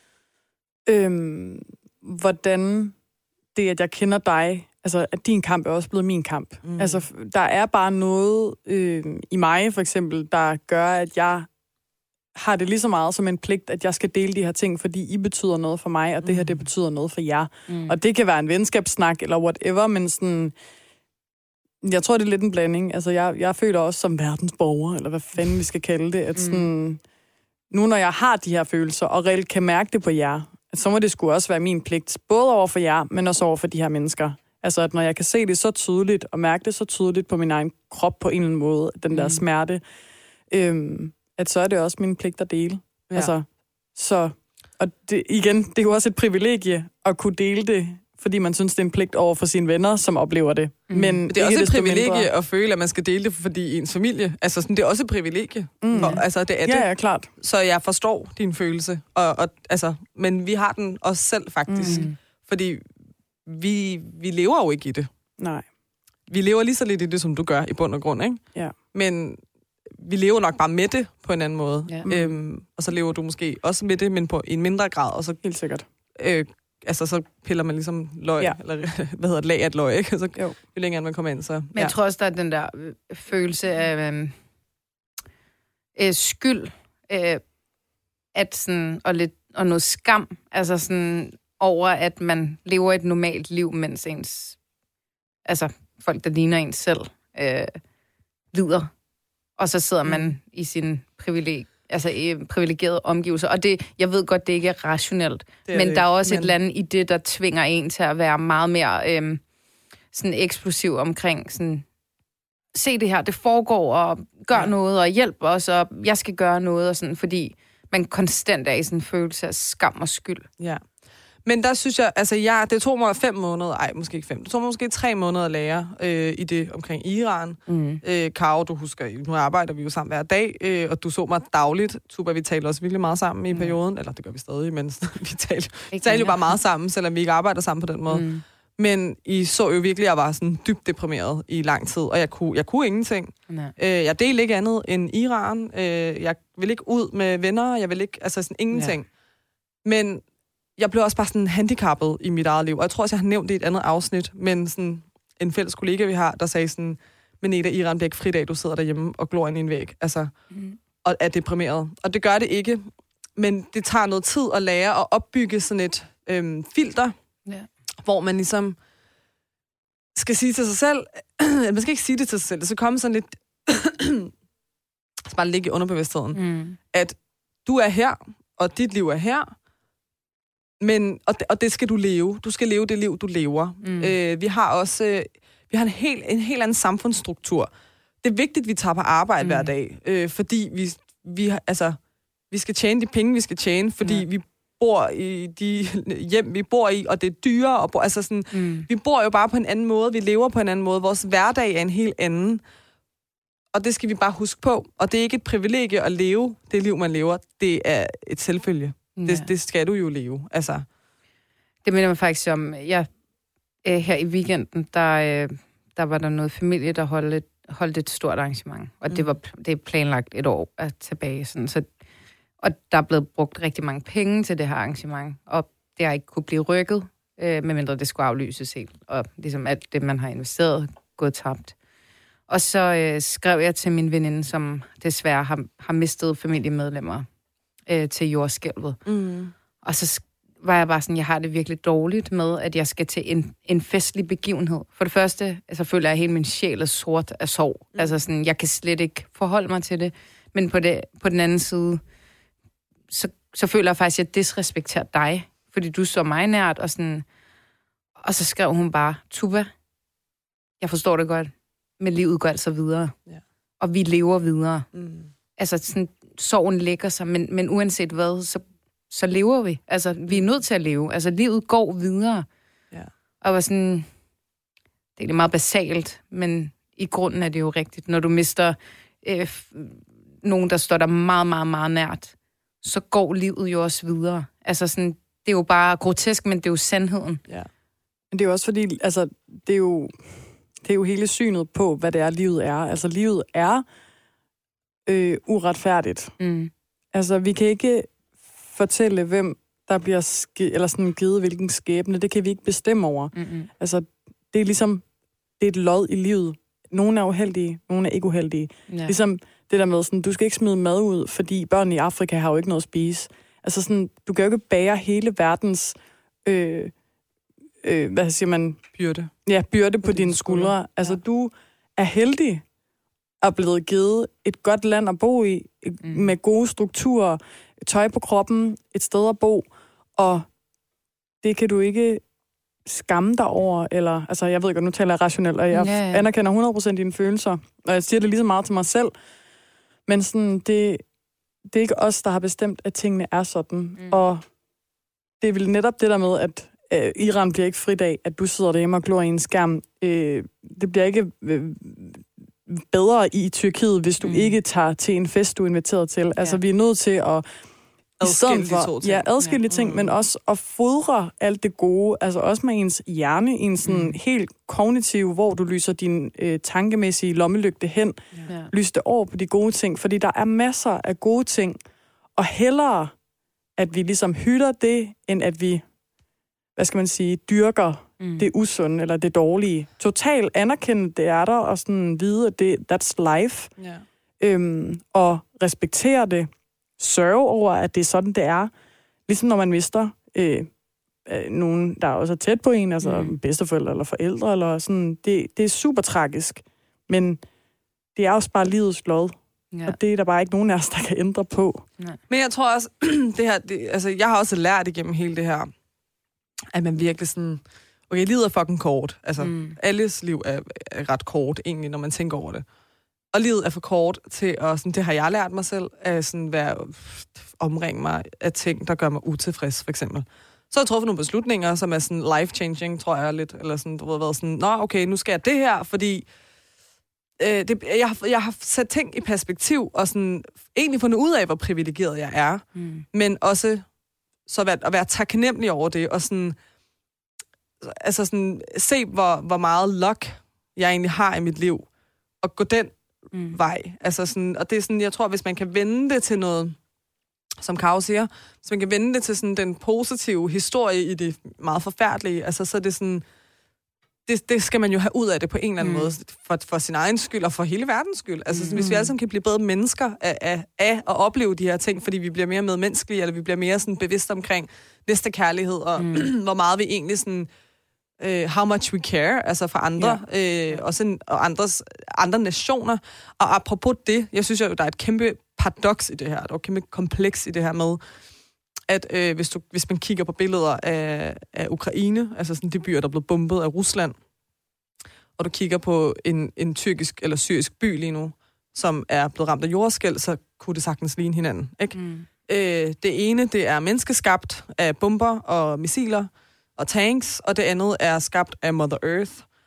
hvordan det, at jeg kender dig, altså at din kamp er også blevet min kamp. Altså, der er bare noget i mig, for eksempel, der gør, at jeg har det lige så meget som en pligt, at jeg skal dele de her ting, fordi I betyder noget for mig, og det her, det betyder noget for jer. Og det kan være en venskabssnak, eller whatever, men sådan... Jeg tror, det er lidt en blanding. Altså, jeg føler også som verdensborger, eller hvad fanden vi skal kalde det, at sådan, nu når jeg har de her følelser, og reelt kan mærke det på jer, at så må det sgu også være min pligt, både over for jer, men også over for de her mennesker, Altså, at når jeg kan se det så tydeligt, og mærke det så tydeligt på min egen krop på en eller anden måde, den der smerte, at så er det også min pligt at dele. Ja. Altså, så, og det, igen, det er jo også et privilegie at kunne dele det, fordi man synes, det er en pligt over for sine venner, som oplever det. Men det er også et privilegie at føle, at man skal dele det, fordi ens familie, altså sådan, det er også et privilegie. Altså, det er det. Ja, klart. Så jeg forstår din følelse, og altså, men vi har den også selv faktisk, fordi vi lever jo ikke i det. Nej. Vi lever lige så lidt i det, som du gør i bund og grund, ikke? Ja. Men vi lever nok bare med det på en anden måde. Ja. Og så lever du måske også med det, men på en mindre grad. Og så, helt sikkert. Altså, så piller man ligesom løg, eller lag af et løg, ikke? Så, jo længere man kommer ind, så... Men jeg tror også, der er den der følelse af skyld, at sådan, og noget skam, altså sådan over, at man lever et normalt liv, mens ens, altså folk, der ligner ens selv, lider. Og så sidder man i sin privilegerede omgivelser. Og det, jeg ved godt, det ikke er rationelt, men der er også et eller andet i det, der tvinger en til at være meget mere sådan eksplosiv omkring sådan, se det her, det foregår, og gør noget, og hjælp os, og jeg skal gøre noget, og sådan, fordi man konstant er i sådan en følelse af skam og skyld. Ja. Men der synes jeg, altså det tog mig 5 måneder, måske ikke 5, det tog mig måske 3 måneder at lære i det omkring Iran. Karo, du husker, nu arbejder vi jo sammen hver dag, og du så mig dagligt. Tuba, vi talte også virkelig meget sammen i perioden, eller det gør vi stadig, men vi talte jo bare meget sammen, selvom vi ikke arbejder sammen på den måde. Men I så jo virkelig, at jeg var sådan dybt deprimeret i lang tid, og jeg kunne ingenting. Jeg delte ikke andet end Iran. Jeg ville ikke ud med venner, jeg ville ikke, altså sådan ingenting. Men jeg blev også bare sådan handicappet i mit eget liv, og jeg tror også, jeg har nævnt det i et andet afsnit, men sådan en fælles kollega, vi har, der sagde sådan, men Eda, Iran bliver ikke fri dag, du sidder derhjemme og glor ind i en væg, altså, og er deprimeret. Og det gør det ikke, men det tager noget tid at lære at opbygge sådan et filter, hvor man ligesom skal sige til sig selv, man skal ikke sige det til sig selv, det skal komme sådan lidt, bare ligge i underbevidstheden, at du er her, og dit liv er her, men, og det skal du leve. Du skal leve det liv, du lever. Vi har også en helt anden samfundsstruktur. Det er vigtigt, at vi tager på arbejde hver dag, fordi vi skal tjene de penge, vi skal tjene, fordi vi bor i de hjem, vi bor i, og det er dyre. Og vi bor jo bare på en anden måde, vi lever på en anden måde. Vores hverdag er en helt anden. Og det skal vi bare huske på. Og det er ikke et privilegie at leve det liv, man lever. Det er et selvfølge. Det skal du jo leve, altså. Det minder mig faktisk om, her i weekenden, der var der noget familie, der holdt et stort arrangement. Og det er planlagt et år tilbage. Sådan, og der er blevet brugt rigtig mange penge til det her arrangement. Og det har ikke kunne blive rykket, medmindre det skulle aflyses helt. Og ligesom alt det, man har investeret, gået tabt. Og så skrev jeg til min veninde, som desværre har mistet familiemedlemmer til jordskælvet. Og så var jeg bare sådan, jeg har det virkelig dårligt med, at jeg skal til en festlig begivenhed. For det første, altså føler jeg, at hele min sjæl er sort af sorg. Altså sådan, jeg kan slet ikke forholde mig til det. Men på den anden side, så føler jeg faktisk, at jeg disrespekterer dig, fordi du så mig nært, og så skrev hun bare, Tuba, jeg forstår det godt, men livet går altså videre. Ja. Og vi lever videre. Altså sådan, sorgen lægger sig, men uanset hvad, så lever vi. Altså, vi er nødt til at leve. Altså, livet går videre. Ja. Og var sådan, det er meget basalt, men i grunden er det jo rigtigt. Når du mister nogen, der står der meget, meget, meget nært, så går livet jo også videre. Altså, sådan, det er jo bare grotesk, men det er jo sandheden. Ja. Men det er jo også fordi, altså, det er jo hele synet på, hvad det er, livet er. Altså, livet er uretfærdigt. Altså, vi kan ikke fortælle, hvem der bliver givet hvilken skæbne. Det kan vi ikke bestemme over. Altså, det er ligesom, det er et lod i livet. Nogle er uheldige, nogle er ikke uheldige. Ja. Ligesom det der med, sådan, du skal ikke smide mad ud, fordi børn i Afrika har jo ikke noget at spise. Altså sådan, du kan jo ikke bære hele verdens, hvad siger man? Byrde. Ja, byrde på dine skuldre. Ja. Altså, du er heldig at blevet givet et godt land at bo i, med gode strukturer, tøj på kroppen, et sted at bo, og det kan du ikke skamme dig over, eller, altså jeg ved ikke, nu taler jeg rationelt, og jeg anerkender 100% dine følelser, og jeg siger det lige så meget til mig selv, men sådan, det er ikke os, der har bestemt, at tingene er sådan, og det er vel netop det der med, at Iran bliver ikke frit af, at du sidder derhjemme og glor i en skærm. Det bliver ikke bedre i Tyrkiet, hvis du ikke tager til en fest, du er inviteret til. Altså, vi er nødt til at adskille de ting, men også at fodre alt det gode, altså også med ens hjerne, en sådan helt kognitiv, hvor du lyser din tankemæssige lommelygte hen, lys det over på de gode ting, fordi der er masser af gode ting, og hellere, at vi ligesom hylder det, end at vi, hvad skal man sige, dyrker det usunde eller det dårlige. Totalt anerkende, det er der, og sådan vide, at that's life. Og respektere det. Sørge over, at det er sådan, det er. Ligesom når man mister nogen, der også er tæt på en, altså bedsteforældre eller forældre, eller sådan. Det er super tragisk. Men det er også bare livets lod. Ja. Og det er der bare ikke nogen af os, der kan ændre på. Nej. Men jeg tror også, altså jeg har også lært igennem hele det her, at man virkelig sådan, okay, livet er fucking kort. Altså, alles liv er ret kort, egentlig, når man tænker over det. Og livet er for kort til at, sådan, det har jeg lært mig selv, at sådan omringe mig af ting, der gør mig utilfreds, for eksempel. Så har jeg truffet nogle beslutninger, som er sådan life-changing, tror jeg lidt, eller sådan, du har været sådan, nå, okay, nu skal jeg det her, fordi jeg har sat ting i perspektiv, og sådan egentlig fundet ud af, hvor privilegeret jeg er, men også så at være taknemmelig over det, og sådan, altså sådan, se, hvor meget luck jeg egentlig har i mit liv, og gå den vej. Altså sådan, og det er sådan, jeg tror, hvis man kan vende det til noget, som Karo siger, hvis man kan vende det til sådan den positive historie i det meget forfærdelige, altså så er det sådan, det skal man jo have ud af det på en eller anden måde, for sin egen skyld, og for hele verdens skyld. Altså, hvis vi alle sammen kan blive bedre mennesker af at opleve de her ting, fordi vi bliver mere medmenneskelige, eller vi bliver mere sådan bevidste omkring næstekærlighed, og hvor meget vi egentlig sådan, how much we care, altså for andre, og andre nationer. Og apropos det, jeg synes jo, der er et kæmpe paradoks i det her, der er et kæmpe kompleks i det her med, at hvis man kigger på billeder af Ukraine, altså sådan de byer, der er blevet bombet af Rusland, og du kigger på en tyrkisk eller syrisk by lige nu, som er blevet ramt af jordskælv, så kunne det sagtens ligne hinanden, ikke? Det ene, det er menneskeskabt af bomber og missiler og tanks, og det andet er skabt af Mother Earth.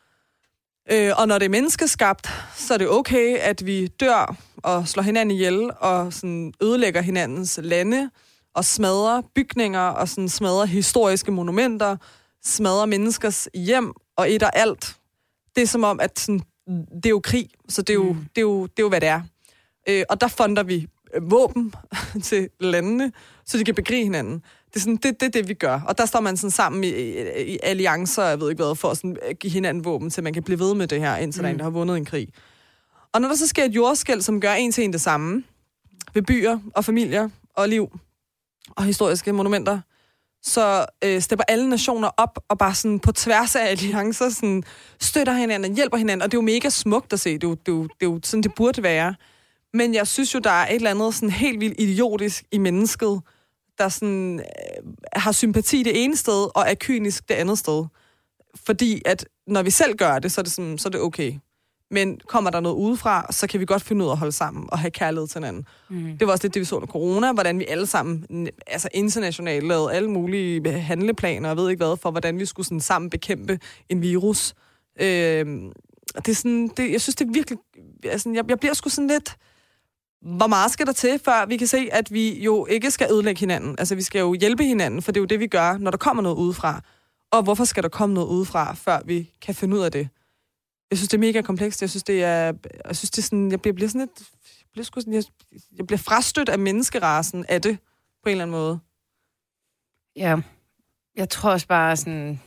Og når det er menneskeskabt, så er det okay, at vi dør og slår hinanden ihjel og sådan ødelægger hinandens lande, og smadrer bygninger, og sådan smadrer historiske monumenter, smadrer menneskers hjem, og et og alt. Det er som om, at sådan, det er jo krig, så det er jo hvad det er. Og der fonder vi våben til landene, så de kan bekrige hinanden. Det er det, vi gør. Og der står man sådan sammen i alliancer, jeg ved ikke hvad, for at sådan give hinanden våben, til man kan blive ved med det her, indtil der er en, der har vundet en krig. Og når der så sker et jordskælv, som gør en til en det samme, ved byer og familier og liv, og historiske monumenter, så stepper alle nationer op og bare sådan på tværs af alliancer sådan støtter hinanden, hjælper hinanden, og det er jo mega smukt at se. Det er jo sådan, det burde være. Men jeg synes jo, der er et eller andet sådan helt vildt idiotisk i mennesket, der sådan har sympati det ene sted, og er kynisk det andet sted. Fordi at når vi selv gør det, så er det okay. Men kommer der noget udefra, så kan vi godt finde ud af at holde sammen og have kærlighed til hinanden. Det var også det vi så under corona, hvordan vi alle sammen, altså internationalt, lavede alle mulige handleplaner, og ved ikke hvad, for hvordan vi skulle sådan sammen bekæmpe en virus. Det er sådan, jeg synes, det er virkelig, altså, jeg bliver sgu sådan lidt, hvor meget skal der til, før vi kan se, at vi jo ikke skal ødelægge hinanden. Altså, vi skal jo hjælpe hinanden, for det er jo det, vi gør, når der kommer noget udefra. Og hvorfor skal der komme noget udefra, før vi kan finde ud af det? Jeg synes, det er mega komplekst. Jeg synes, det er sådan, jeg bliver sådan lidt, jeg bliver frastødt af menneskerasen af det, på en eller anden måde. Ja, jeg tror også bare sådan,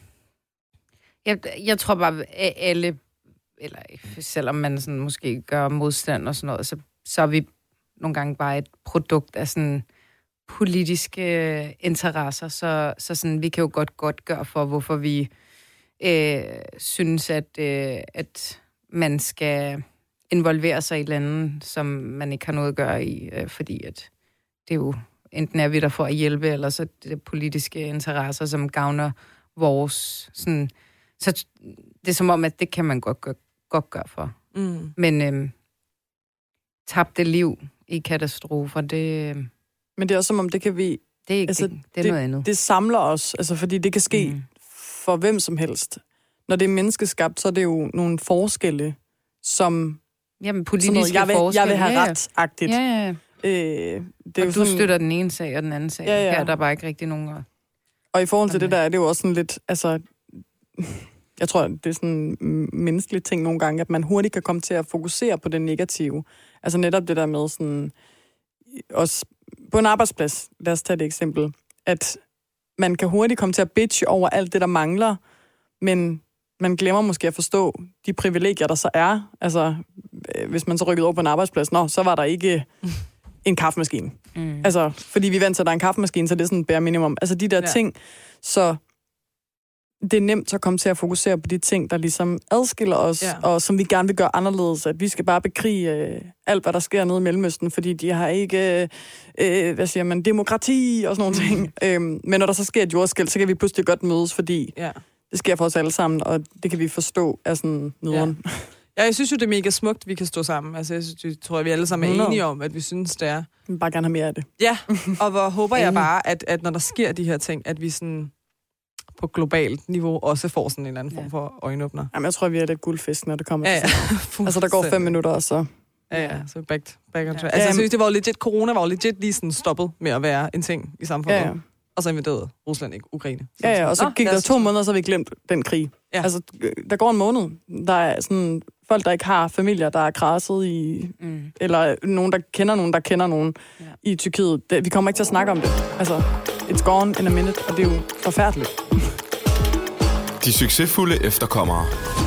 jeg tror bare, at alle, eller selvom man sådan måske gør modstand og sådan noget, så er vi nogle gange bare et produkt af sådan politiske interesser, så sådan, vi kan jo godt gøre for, hvorfor vi synes, at man skal involvere sig i lande, som man ikke har noget at gøre i, fordi at det er jo enten er vi der for at hjælpe, eller så det politiske interesser, som gavner vores sådan... Så det er som om, at det kan man godt gøre for. Mm. Men tabte liv i katastrofer, det... Men det er også som om, det kan vi... Det er ikke altså, det er noget andet. Det samler os, altså, fordi det kan ske for hvem som helst. Når det er menneskeskabt, så er det jo nogle forskelle, som... Jamen, politiske forskelle. Jeg vil have ret-agtigt. Ja. Det er og jo du støtter den ene sag og den anden sag. Ja. Her er der bare ikke rigtig nogen... Og i forhold til det der, er det jo også sådan lidt... Altså, jeg tror, det er sådan en menneskelig ting nogle gange, at man hurtigt kan komme til at fokusere på det negative. Altså netop det der med sådan... Også på en arbejdsplads, lad os tage et eksempel, at man kan hurtigt komme til at bitche over alt det, der mangler, men man glemmer måske at forstå de privilegier, der så er. Altså, hvis man så rykkede over på en arbejdsplads, så var der ikke en kaffemaskine. Altså, fordi vi er vant til, at der er en kaffemaskine, så det er sådan bare minimum. Altså, de der ting, så det er nemt at komme til at fokusere på de ting, der ligesom adskiller os, og som vi gerne vil gøre anderledes. At vi skal bare bekrige alt, hvad der sker nede i Mellemøsten, fordi de har ikke, demokrati og sådan nogle ting. Men når der så sker et jordskælv, så kan vi pludselig godt mødes, fordi det sker for os alle sammen, og det kan vi forstå af sådan nederen. Ja, jeg synes jo, det er mega smukt, vi kan stå sammen. Altså, jeg tror, vi alle sammen er enige om, at vi synes, det er. Vi vil bare gerne have mere af det. Ja, og hvor håber jeg bare, at når der sker de her ting, at vi sådan på globalt niveau også får sådan en eller anden form for øjenåbner. Jamen, jeg tror, vi er lidt guldfisk, når det kommer til sådan. Altså, der går 5 minutter, og så... Ja, så back on track. Altså, jeg synes, det var legit, corona var legit lige sådan stoppet med at være en ting i samfundet. Ja. Og så invaderede Rusland ikke Ukraine. Og så gik der 2 måneder, så har vi glemt den krig. Ja. Altså, der går en måned. Der er sådan folk, der ikke har familier, der er kraset i... Eller nogen, der kender nogen i Tyrkiet. Vi kommer ikke til at snakke om det. Altså, it's gone in a minute, og det er jo forfærdeligt. De succesfulde efterkommere.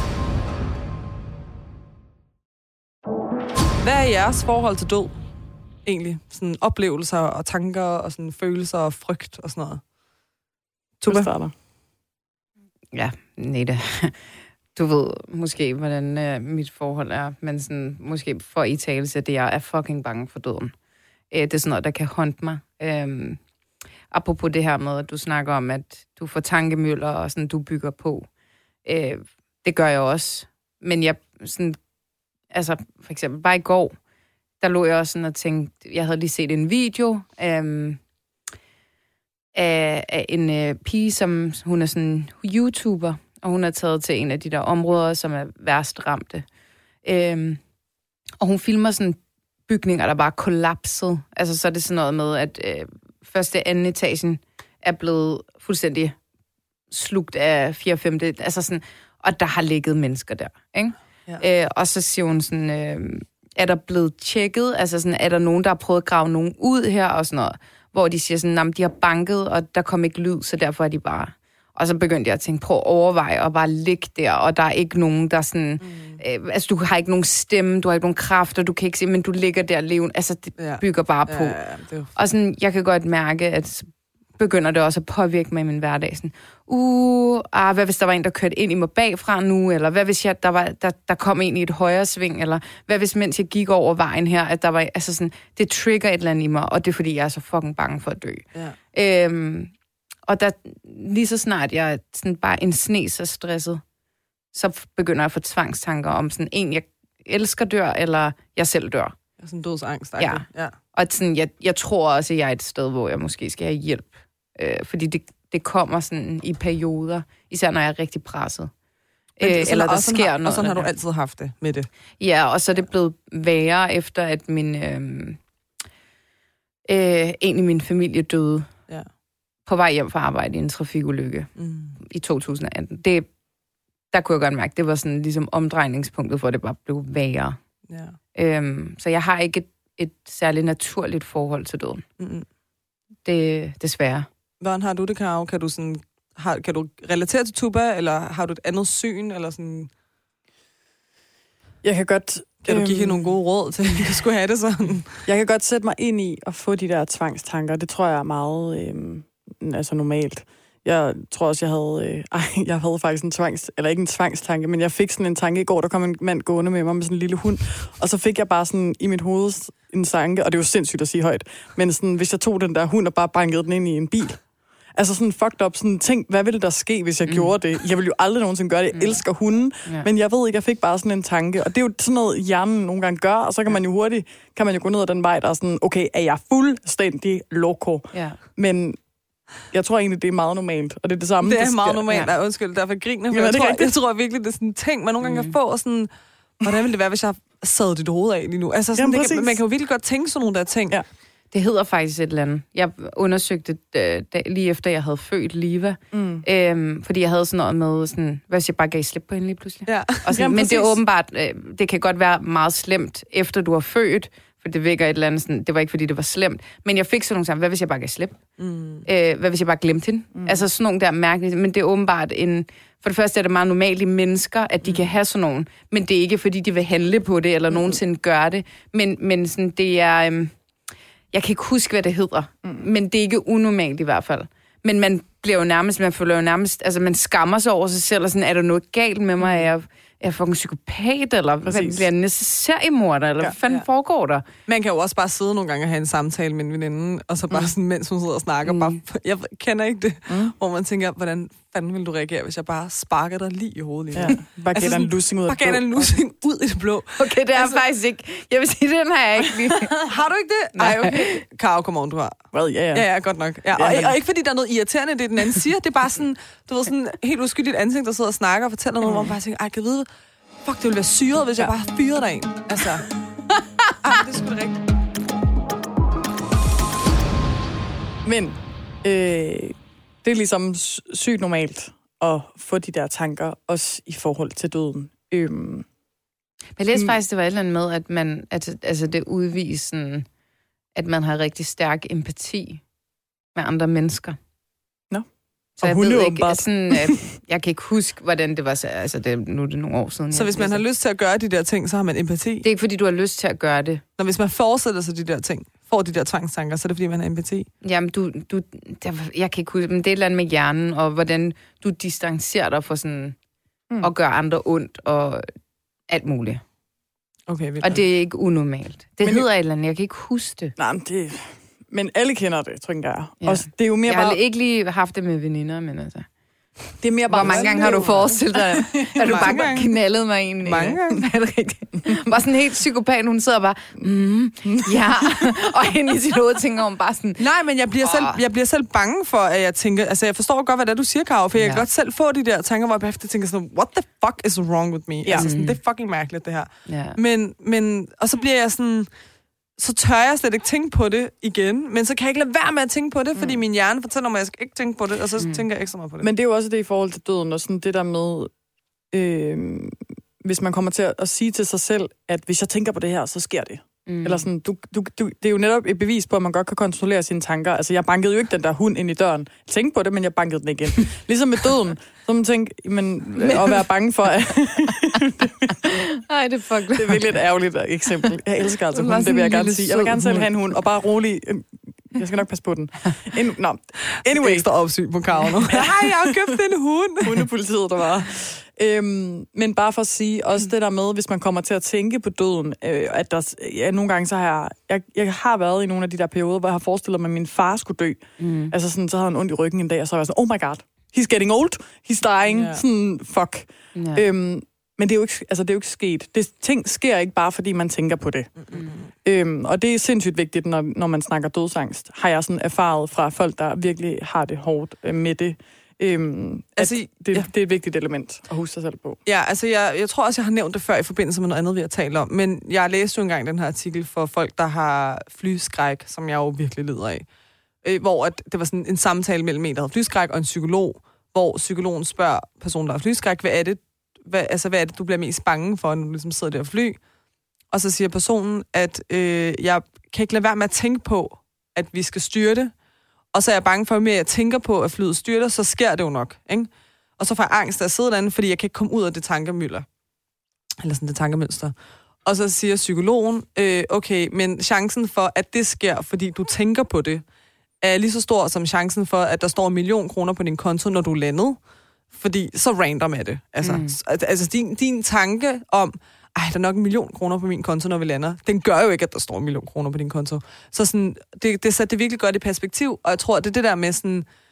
Hvad er jeres forhold til død, egentlig? Sådan oplevelser og tanker og sådan følelser og frygt og sådan noget. Tuba starter. Ja, Neda. Du ved måske, hvordan mit forhold er, men sådan, måske for i tale til det, jeg er fucking bange for døden. Det er sådan noget, der kan håndte mig. Apropos det her med, at du snakker om, at du får tankemøller, og sådan, du bygger på. Det gør jeg også. Men jeg sådan, altså for eksempel bare i går, der lå jeg også sådan og tænkte, jeg havde lige set en video af en pige, som hun er sådan YouTuber, og hun er taget til en af de der områder, som er værst ramte. Og hun filmer sådan bygninger, der bare er kollapset. Altså så er det sådan noget med, at første og anden etagen er blevet fuldstændig slugt af 4/5. Altså sådan, og der har ligget mennesker der, ikke? Ja. Og så siger hun sådan, er der blevet tjekket? Altså sådan, er der nogen, der har prøvet at grave nogen ud her og sådan noget? Hvor de siger sådan, at de har banket, og der kom ikke lyd, så derfor er de bare... Og så begyndte jeg at tænke, prøv at overveje og bare ligge der, og der er ikke nogen, der sådan... altså, du har ikke nogen stemme, du har ikke nogen kræfter, du kan ikke se, men du ligger der levende. Altså, det bygger bare på. Ja. Og sådan, jeg kan godt mærke, at begynder det også at påvirke mig i min hverdag. Sådan, hvad hvis der var en, der kørte ind i mig bagfra nu? Eller hvad hvis der kom en i et højre sving? Eller hvad hvis, mens jeg gik over vejen her, at der var... Altså sådan, det trigger et eller andet i mig, og det er, fordi jeg er så fucking bange for at dø. Ja. Og der, lige så snart jeg er sådan bare en sne så stresset, så begynder jeg at få tvangstanker om sådan en, jeg elsker dør, eller jeg selv dør. Ja, sådan dødsangst. Ja. Og sådan, jeg tror også, at jeg er et sted, hvor jeg måske skal have hjælp. Fordi det kommer sådan i perioder, især når jeg er rigtig presset. Eller der sker noget. Og sådan har du altid haft det med det. Ja, og så er det blevet værre, efter at en i min familie døde. Ja. På vej hjem fra arbejde i en trafikulykke i 2018. Der kunne jeg godt mærke, det var sådan ligesom omdrejningspunktet for, at det bare blev værre. Ja. Så jeg har ikke et særligt naturligt forhold til døden. Det desværre. Hvordan har du det, Karo? Kan du relatere til Tuba, eller har du et andet syn, eller sådan... Jeg kan godt... Kan du give hende nogle gode råd til, at du skulle have det sådan? Jeg kan godt sætte mig ind i at få de der tvangstanker. Det tror jeg er meget normalt. Jeg tror også, jeg havde faktisk ikke en tvangstanke, men jeg fik sådan en tanke i går, der kom en mand gående med mig med sådan en lille hund, og så fik jeg bare sådan i mit hoved en tanke, og det er jo sindssygt at sige højt, men sådan, hvis jeg tog den der hund og bare bankede den ind i en bil, Altså sådan fucked up, sådan tænk, hvad ville der ske, hvis jeg gjorde det? Jeg ville jo aldrig nogensinde gøre det. Jeg elsker hunden, men jeg ved ikke, jeg fik bare sådan en tanke. Og det er jo sådan noget, hjernen nogle gange gør, og så kan man jo hurtigt, gå ned ad den vej, der er sådan, okay, er jeg fuldstændig loco? Ja. Men jeg tror egentlig, det er meget normalt, og det er det samme. Det er meget normalt, undskyld, derfor griner. Jeg tror virkelig, det er sådan en ting, man nogle gange kan få, sådan, hvordan ville det være, hvis jeg sad dit hoved af lige nu? Altså, sådan, man kan jo virkelig godt tænke sådan nogle der ting. Ja. Det hedder faktisk et eller andet. Jeg undersøgte lige efter, jeg havde født Liva. Fordi jeg havde sådan noget med, sådan, hvad hvis jeg bare gav slip på hende lige pludselig. Ja. Og sådan, men det er åbenbart, det kan godt være meget slemt, efter du har født, for det vækker et eller andet sådan, det var ikke fordi, det var slemt. Men jeg fik sådan nogle sammen, hvad hvis jeg bare gav slip? Hvad hvis jeg bare glemte hende? Altså sådan nogle der mærkelige, men det er åbenbart for det første er det meget normalt i mennesker, at de kan have sådan nogle, men det er ikke fordi, de vil handle på det, eller nogensinde gøre det. Men sådan, det er... Jeg kan ikke huske, hvad det hedder, men det er ikke unormalt i hvert fald. Men man føler jo nærmest, altså man skammer sig over sig selv, og sådan, er der noget galt med mig? Er jeg fucking psykopat, eller bliver jeg necessærmorder, eller hvad fanden foregår der? Man kan jo også bare sidde nogle gange og have en samtale med en veninde, og så bare sådan, mens hun sidder og snakker, bare, jeg kender ikke det, hvor man tænker, hvordan fanden vil du reagere, hvis jeg bare sparker dig lige i hovedet lige? Bare gav en lussing ud af det blå. Bare gav en lussing ud i det blå. Okay, det er faktisk ikke. Jeg vil sige, den har jeg ikke lige. Har du ikke det? Nej, okay. Karo, come on, du har. Well, Ja, godt nok. Ja, og ikke fordi der er noget irriterende, det den anden siger, det er bare sådan, du ved, sådan helt uskyldigt ansigt, der sidder og snakker og fortæller noget, hvor man bare tænker, ej, kan vide, fuck, det ville være syret, hvis jeg bare fyrede dig ind. Altså, det er sgu da rigtigt. Men det er ligesom sygt normalt at få de der tanker, også i forhold til døden. Jeg læste faktisk, det var et eller andet med, at man, altså det udviser sådan, at man har rigtig stærk empati med andre mennesker. Nå. Så jeg ved ikke, sådan, jeg kan ikke huske, hvordan det var, altså nu er det nogle år siden. Så hvis man har lyst til at gøre de der ting, så har man empati? Det er ikke, fordi du har lyst til at gøre det. Når hvis man fortsætter sig de der ting, får de der tvangstanker, så er det, fordi man har empati? Jamen, jeg kan ikke huske, men det er et eller andet med hjernen, og hvordan du distancerer dig for sådan, at gøre andre ondt, og alt muligt. Okay, og det er ikke unormalt. Det hedder et eller andet, jeg kan ikke huske det. Nej, men alle kender det, tror jeg. Ja. Og det er jo mere jeg har ikke lige haft det med veninder, men altså... Det er mere bare... Hvor mange gange har du forestillet dig, at du bare knaldede mig egentlig? Mange gange. Er det rigtigt? Bare sådan helt psykopat, hun sidder bare... ja. Og hende i sit hoved tænker hun bare sådan... Nej, men jeg bliver selv bange for, at jeg tænker... Altså, jeg forstår godt, hvad det er, du siger, Karo, for jeg kan godt selv få de der tanker, hvor jeg bagefter tænker sådan, what the fuck is wrong with me? Ja. Altså, sådan, det er fucking mærkeligt, det her. Ja. Men... Og så bliver jeg sådan... Så tør jeg slet ikke tænke på det igen, men så kan jeg ikke lade være med at tænke på det, fordi min hjerne fortæller mig, at jeg skal ikke tænke på det, og så tænker jeg ekstra meget på det. Men det er jo også det i forhold til døden, og sådan det der med, hvis man kommer til at sige til sig selv, at hvis jeg tænker på det her, så sker det. Eller sådan, det er jo netop et bevis på, at man godt kan kontrollere sine tanker. Altså, jeg bankede jo ikke den der hund ind i døren. Jeg tænkte på det, men jeg bankede den igen. Ligesom med døden, så man tænker, at være bange for, at... Ej, det er det er virkelig et ærgerligt eksempel. Jeg elsker altså hunden, det vil jeg gerne sige. Jeg vil gerne selv have en hund, og bare rolig... Jeg skal nok passe på den. Anyway. Ekstra opsyn på Karo nu. Hej, jeg har købt en hund. Hundepolitiet, der var... men bare for at sige, også det der med, hvis man kommer til at tænke på døden, at der, nogle gange så har jeg har været i nogle af de der perioder, hvor jeg har forestillet mig, at min far skulle dø. Altså sådan, så havde han ondt i ryggen en dag, og så var jeg sådan, oh my god, he's getting old, he's dying, sådan, fuck. Men det er jo ikke sket. Ting sker ikke bare, fordi man tænker på det. Og det er sindssygt vigtigt, når man snakker dødsangst, har jeg sådan erfaret fra folk, der virkelig har det hårdt med det. Altså, det er et vigtigt element at huske sig selv på. Ja, altså jeg tror også, jeg har nævnt det før i forbindelse med noget andet, vi har talt om. Men jeg læste jo engang den her artikel for folk, der har flyskræk, som jeg jo virkelig lider af. Hvor det var sådan en samtale mellem en, der havde flyskræk, og en psykolog, hvor psykologen spørger personen, der har flyskræk, hvad er det, du bliver mest bange for, når du ligesom sidder der og fly? Og så siger personen, at jeg kan ikke lade være med at tænke på, at vi skal styrte. Og så er jeg bange for, at jeg tænker på, at flyet styrter, så sker det jo nok. Ikke? Og så får jeg angst af at sidde derinde, fordi jeg kan ikke komme ud af det tankemøller. Eller sådan det tankemønster. Og så siger psykologen, okay, men chancen for, at det sker, fordi du tænker på det, er lige så stor som chancen for, at der står 1 million kroner på din konto, når du er landet. Fordi så random er det. Altså din tanke om, der er nok 1 million kroner på min konto, når vi lander, den gør jo ikke, at der står 1 million kroner på din konto. Så sådan, det satte det virkelig godt i perspektiv, og jeg tror, det er det der med sådan,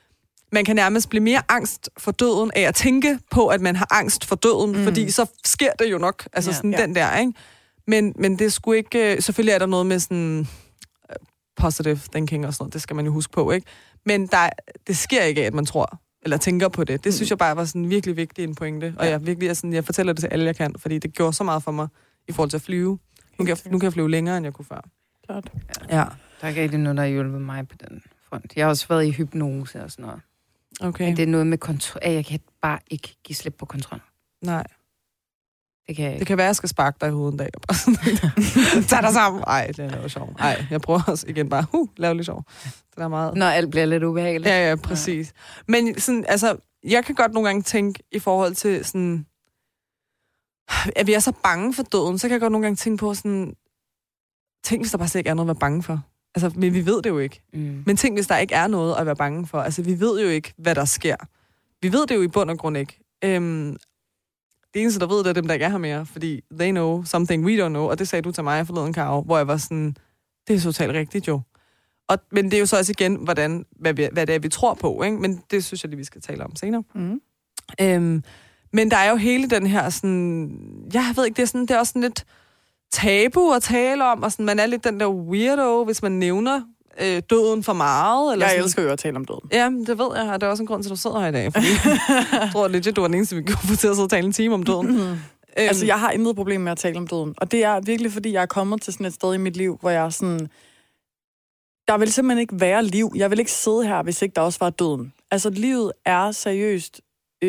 man kan nærmest blive mere angst for døden af at tænke på, at man har angst for døden, fordi så sker det jo nok. Altså sådan den der, ikke? Men det skulle ikke... Selvfølgelig er der noget med sådan positive thinking og sådan noget, det skal man jo huske på, ikke? Men det sker ikke af, at man tror eller tænker på det. Det synes jeg bare var sådan virkelig vigtig en pointe. Og jeg fortæller det til alle, jeg kan, fordi det gjorde så meget for mig i forhold til at flyve. Nu kan jeg flyve længere, end jeg kunne før. Klart. Ja. Der er ikke rigtig noget, der har hjulpet mig på den front. Jeg har også været i hypnose og sådan noget. Okay. Men det er noget med kontrol. Jeg kan bare ikke give slip på kontrol. Nej. Det kan jeg ikke. Det kan være, at jeg skal sparke dig i hovedet en dag. Tag dig sammen. Ej, det er jo sjovt. Ej, jeg prøver også igen bare, lave lidt sjov. Det er meget... Når alt bliver lidt ubehageligt. Ja, præcis. Ja. Men sådan, altså, jeg kan godt nogle gange tænke i forhold til sådan... At vi er så bange for døden, så kan jeg godt nogle gange tænke på sådan... Tænk, hvis der bare slet ikke er noget at være bange for. Altså, men vi ved det jo ikke. Men tænk, hvis der ikke er noget at være bange for. Altså, vi ved jo ikke, hvad der sker. Vi ved det jo i bund og grund ikke. Det eneste, der ved det, er dem, der ikke er her mere. Fordi they know something we don't know. Og det sagde du til mig forleden, Karo, hvor jeg var sådan, det er totalt rigtigt jo. Men det er jo så også igen, hvad det er, vi tror på. Ikke? Men det synes jeg lige, vi skal tale om senere. Men der er jo hele den her sådan... Jeg ved ikke, det er også sådan lidt tabu at tale om. Og sådan, man er lidt den der weirdo, hvis man nævner døden for meget. Eller jeg sådan. elsker jo at tale om døden. Ja, det ved jeg, og det er også en grund til, at du sidder her i dag. Fordi jeg tror legit, du var den eneste, vi kunne få til at sidde og tale en time om døden. Altså, jeg har intet problem med at tale om døden. Og det er virkelig, fordi jeg er kommet til sådan et sted i mit liv, hvor jeg er sådan... Der vil simpelthen ikke være liv. Jeg vil ikke sidde her, hvis ikke der også var døden. Altså, livet er seriøst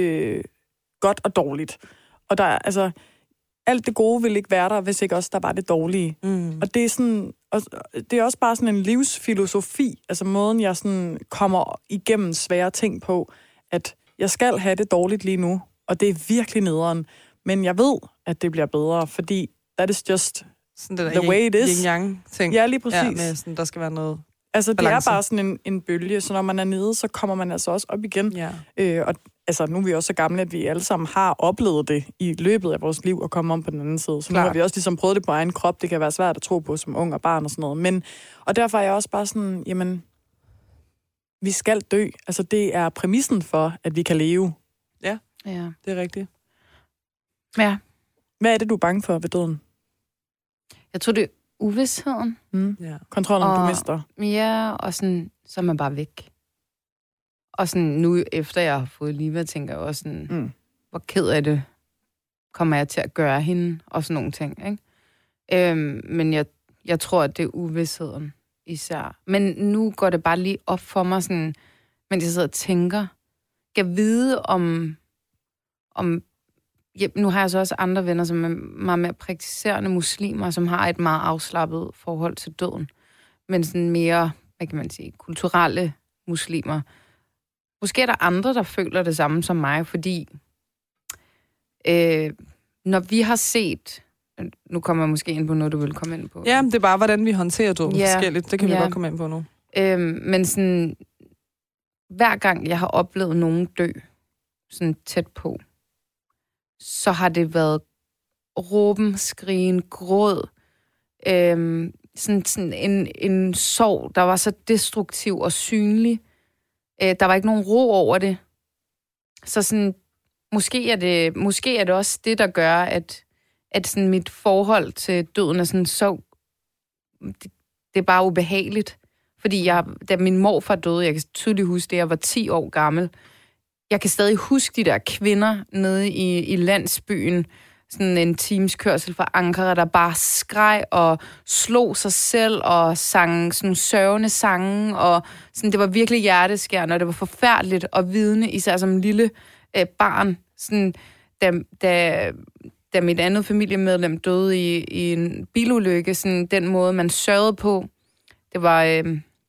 godt og dårligt. Og der er, altså... Alt det gode vil ikke være der, hvis ikke også der var det dårlige. Og det er sådan... Og det er også bare sådan en livsfilosofi. Altså, måden jeg sådan kommer igennem svære ting på, at jeg skal have det dårligt lige nu, og det er virkelig nederen. Men jeg ved, at det bliver bedre, fordi that is just sådan det der the way it is. Yin-yang-ting. Ja, lige præcis. Ja, med sådan, der skal være noget altså, balance. det er bare sådan en bølge, så når man er nede, så kommer man altså også op igen. Ja. Og altså, nu er vi også så gamle, at vi alle sammen har oplevet det i løbet af vores liv og komme om på den anden side. Så nu har vi også ligesom prøvet det på egen krop. Det kan være svært at tro på som ung og barn og sådan noget. Men, og derfor er jeg også bare sådan, jamen, vi skal dø. Altså, det er præmissen for, at vi kan leve. Ja, det er rigtigt. Ja. Hvad er det, du er bange for ved døden? Jeg tror, det er uvidsheden. Ja. Kontrollen, du mister. Ja, og sådan, så er man bare væk. Og sådan nu, efter jeg har fået Liva, tænker jeg også sådan, hvor ked af det kommer jeg til at gøre hende, og sådan nogle ting, ikke? Men jeg tror, at det er uvidsheden især. Men nu går det bare lige op for mig, sådan, mens jeg sidder og tænker, kan vide om ja, nu har jeg så også andre venner, som er meget mere praktiserende muslimer, som har et meget afslappet forhold til døden. Men sådan mere, hvad kan man sige, kulturelle muslimer. Måske er der andre, der føler det samme som mig, fordi når vi har set... Nu kommer jeg måske ind på noget, du vil komme ind på. Ja, det er bare, hvordan vi håndterer døden forskelligt. Det kan vi godt komme ind på nu. Men sådan, hver gang jeg har oplevet nogen dø, sådan tæt på, så har det været råben, skrigen, gråd, sådan en sorg, der var så destruktiv og synlig. Der var ikke nogen ro over det. Så sådan, måske er det også det, der gør, at sådan mit forhold til døden er sådan så... Det er bare ubehageligt. Fordi da min morfar døde, jeg kan tydeligt huske det, jeg var 10 år gammel, jeg kan stadig huske de der kvinder nede i landsbyen, sådan en times kørsel fra Ankara, der bare skreg og slog sig selv og sang sådan sørgende sange, og sådan, det var virkelig hjerteskærende, og det var forfærdeligt at vidne, især som lille barn, sådan, da mit andet familiemedlem døde i en bilulykke, sådan den måde, man sørgede på, det var,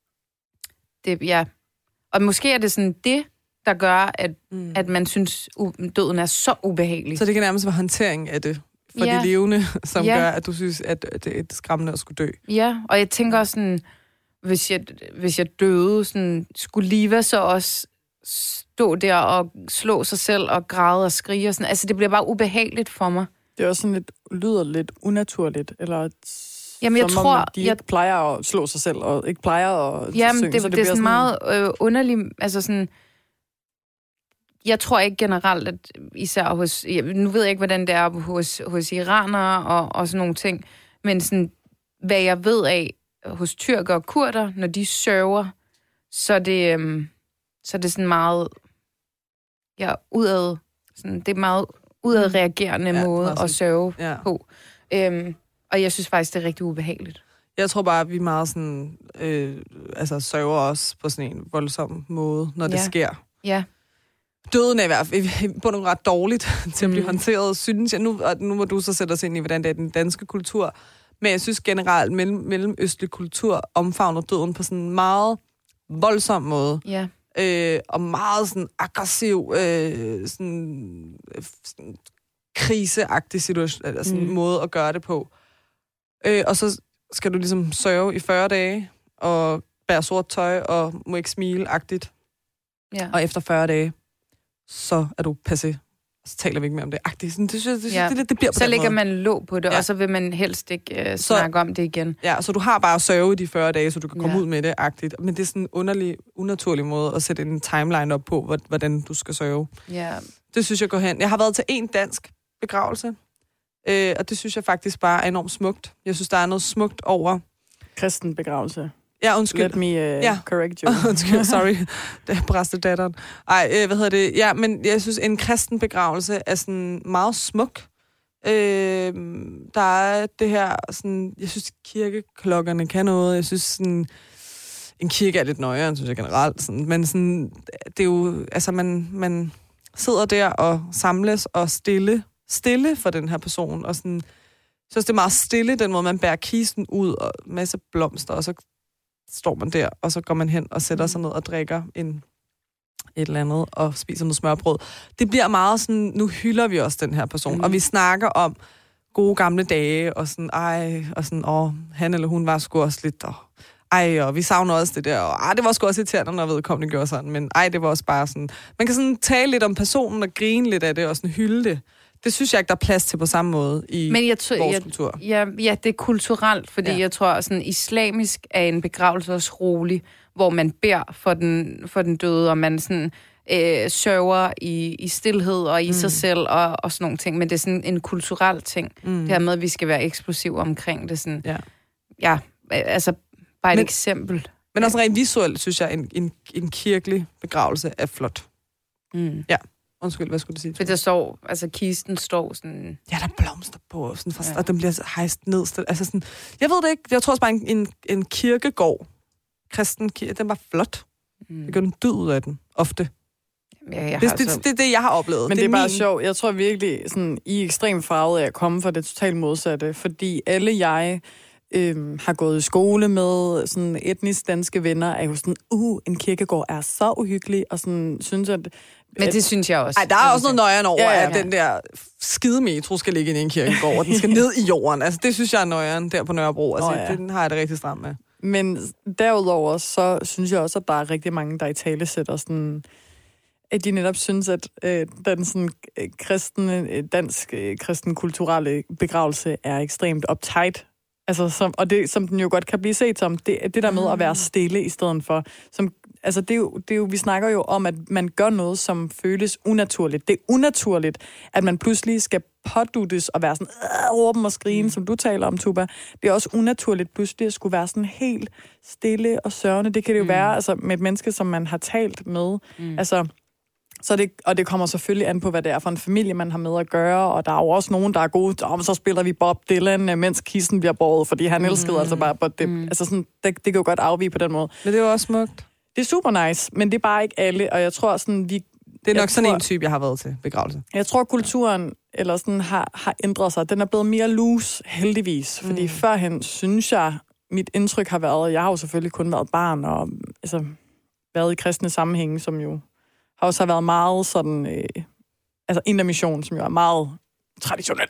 og måske er det sådan det, der gør, at man synes, døden er så ubehagelig. Så det kan nærmest være håndtering af det for de levende, som gør, at du synes, at det er skræmmende at skulle dø. Ja, og jeg tænker også sådan, hvis jeg døde, sådan, skulle Liva så også stå der og slå sig selv og græde og skrige og sådan. Altså, det bliver bare ubehageligt for mig. Det er også sådan lyder lidt unaturligt, eller... Jamen, jeg tror... Om, de ikke plejer at slå sig selv, og ikke plejer at jamen, synge, det er sådan meget underligt, altså sådan... jeg tror ikke generelt, at især hos... Nu ved jeg ikke, hvordan det er hos iranere og sådan nogle ting, men sådan, hvad jeg ved af hos tyrker og kurder, når de sørger, så er det sådan meget... Ja, udad... Sådan, det er meget udadreagerende måde at sørge på. Og jeg synes faktisk, det er rigtig ubehageligt. Jeg tror bare, at vi meget sådan... sørger os på sådan en voldsom måde, når det sker. Ja. Døden er i hvert fald på nogle ret dårligt til at blive håndteret, synes jeg. Nu må du så sætte os ind i, hvordan det er den danske kultur. Men jeg synes generelt, mellemøstlig kultur omfavner døden på sådan en meget voldsom måde. Ja. Og meget sådan aggressiv, sådan kriseagtig situation, eller sådan måde at gøre det på. Og så skal du ligesom sørge i 40 dage, og bære sort tøj, og må ikke smile-agtigt. Ja. Og efter 40 dage, så er du passé. Så taler vi ikke mere om det. Det bliver på så lægger man låg på det, og så vil man helst ikke snakke om det igen. Ja, så du har bare at sørge i de 40 dage, så du kan komme ud med det, agtigt. Men det er sådan en underlig, unaturlig måde at sætte en timeline op på, hvordan du skal sørge. Ja. Det synes jeg går hen. Jeg har været til en dansk begravelse, og det synes jeg faktisk bare er enormt smukt. Jeg synes, der er noget smukt over... Kristen begravelse. Ja, undskyld. Let me correct you. Undskyld, sorry. Det er præstedatteren. Ej, hvad hedder det? Ja, men jeg synes, en kristen begravelse er sådan meget smuk. Der er det her, sådan... Jeg synes, kirkeklokkerne kan noget. Jeg synes, sådan... En kirke er lidt nøjere, synes jeg generelt. Sådan. Men sådan... Det er jo... Altså, man sidder der og samles og stille for den her person. Og sådan... Så det er meget stille, den måde, man bærer kisten ud og en masse blomster, og så står man der, og så går man hen og sætter sig ned og drikker et eller andet, og spiser noget smørbrød. Det bliver meget sådan, nu hylder vi også den her person, og vi snakker om gode gamle dage, og sådan, han eller hun var sgu også lidt, og vi savner også det der, og det var sgu også irriterende, når vedkommende gjorde sådan, men det var også bare sådan, man kan sådan tale lidt om personen, og grine lidt af det, og sådan hylde det. Det synes jeg ikke, der er plads til på samme måde i vores kultur. Ja, det er kulturelt, fordi jeg tror, sådan islamisk er en begravelse også rolig, hvor man beder for den døde, og man sådan sørger i stilhed og i sig selv og sådan nogle ting. Men det er sådan en kulturel ting. Det her med, at vi skal være eksplosive omkring det. Sådan, altså bare et eksempel. Men også rent visuelt, synes jeg, en kirkelig begravelse er flot. Ja. Undskyld, hvad skulle du sige? For der står, altså kisten står sådan... Ja, der er blomster på, sådan, og den bliver hejst ned. Altså sådan, jeg ved det ikke, jeg tror også bare, en kirkegård, kristen kirke, den var flot. Det gør en dyd ud af den, ofte. Ja, det er det, jeg har oplevet. Men det er bare sjovt. Jeg tror virkelig, sådan, I er ekstremt farvet af at komme fra det totalt modsatte, fordi alle jeg har gået i skole med sådan etnisk danske venner, er jo sådan, en kirkegård er så uhyggelig, og sådan synes, at... Men det synes jeg også. Ej, der er også noget nøjeren over, at den der skide metro skal ligge inde i en kirkegård, og den skal ned i jorden. Altså, det synes jeg er nøjeren der på Nørrebro. Altså, den har jeg det rigtig stramt med. Men derudover, så synes jeg også, at der er rigtig mange, der i tale sætter sådan... At de netop synes, at den sådan dansk kristen kulturelle begravelse er ekstremt uptight. Altså, og det, som den jo godt kan blive set som, det der med at være stille i stedet for. Altså, det er jo, vi snakker jo om, at man gør noget, som føles unaturligt. Det er unaturligt, at man pludselig skal påduttes og være sådan, råben og skrigen, som du taler om, Tuba. Det er også unaturligt pludselig at skulle være sådan helt stille og sørgende. Det kan det jo være, altså, med et menneske, som man har talt med. Altså... Og det kommer selvfølgelig an på, hvad det er for en familie, man har med at gøre, og der er jo også nogen, der er gode, så spiller vi Bob Dylan, mens kisten bliver båret, fordi han elskede altså bare Bob Dylan. Altså sådan, det kan jo godt afvige på den måde. Men det er jo også smukt. Det er super nice, men det er bare ikke alle, og jeg tror sådan, det er nok sådan en type, jeg har været til begravelse. Jeg tror, kulturen eller sådan, har ændret sig. Den er blevet mere loose, heldigvis, fordi førhen, synes jeg, mit indtryk har været, jeg har jo selvfølgelig kun været barn, og altså, været i kristne sammenhænge, som jo har også været meget sådan, altså Indre Mission, som jo er meget traditionel.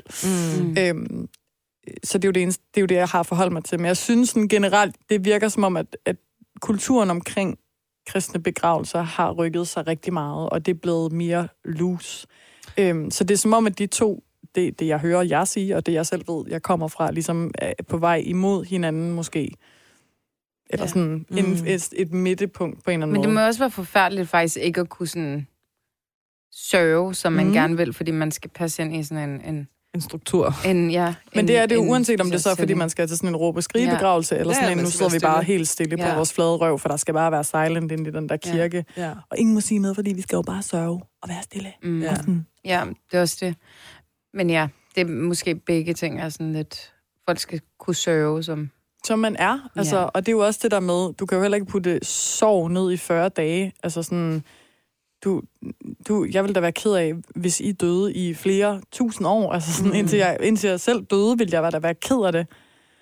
Så det er jo det eneste, det er jo det, jeg har forholdt mig til. Men jeg synes sådan, generelt, det virker som om, at kulturen omkring kristne begravelser har rykket sig rigtig meget, og det er blevet mere loose. Så det er som om, at de to, det jeg hører jer sige, og det jeg selv ved, jeg kommer fra, ligesom er på vej imod hinanden måske. Eller sådan et midtepunkt på en eller anden måde. Men det må også være forfærdeligt faktisk ikke at kunne sådan sørge, som man gerne vil, fordi man skal passe ind i sådan en struktur. Men det er det jo uanset om det så er, fordi man skal til sådan en råb- og skrigebegravelse, eller sådan en, nu sidder vi bare helt stille på vores flade røv, for der skal bare være silent inde i den der kirke. Ja. Og ingen må sige noget, fordi vi skal jo bare sørge og være stille. Ja, det er også det. Men ja, det er måske begge ting er sådan lidt, folk skal kunne sørge som man er. Altså, og det er jo også det der med, du kan jo heller ikke putte sorg ned i 40 dage. Altså sådan, jeg ville da være ked af, hvis I døde i flere tusind år. Altså sådan, indtil jeg selv døde, ville jeg da være ked af det.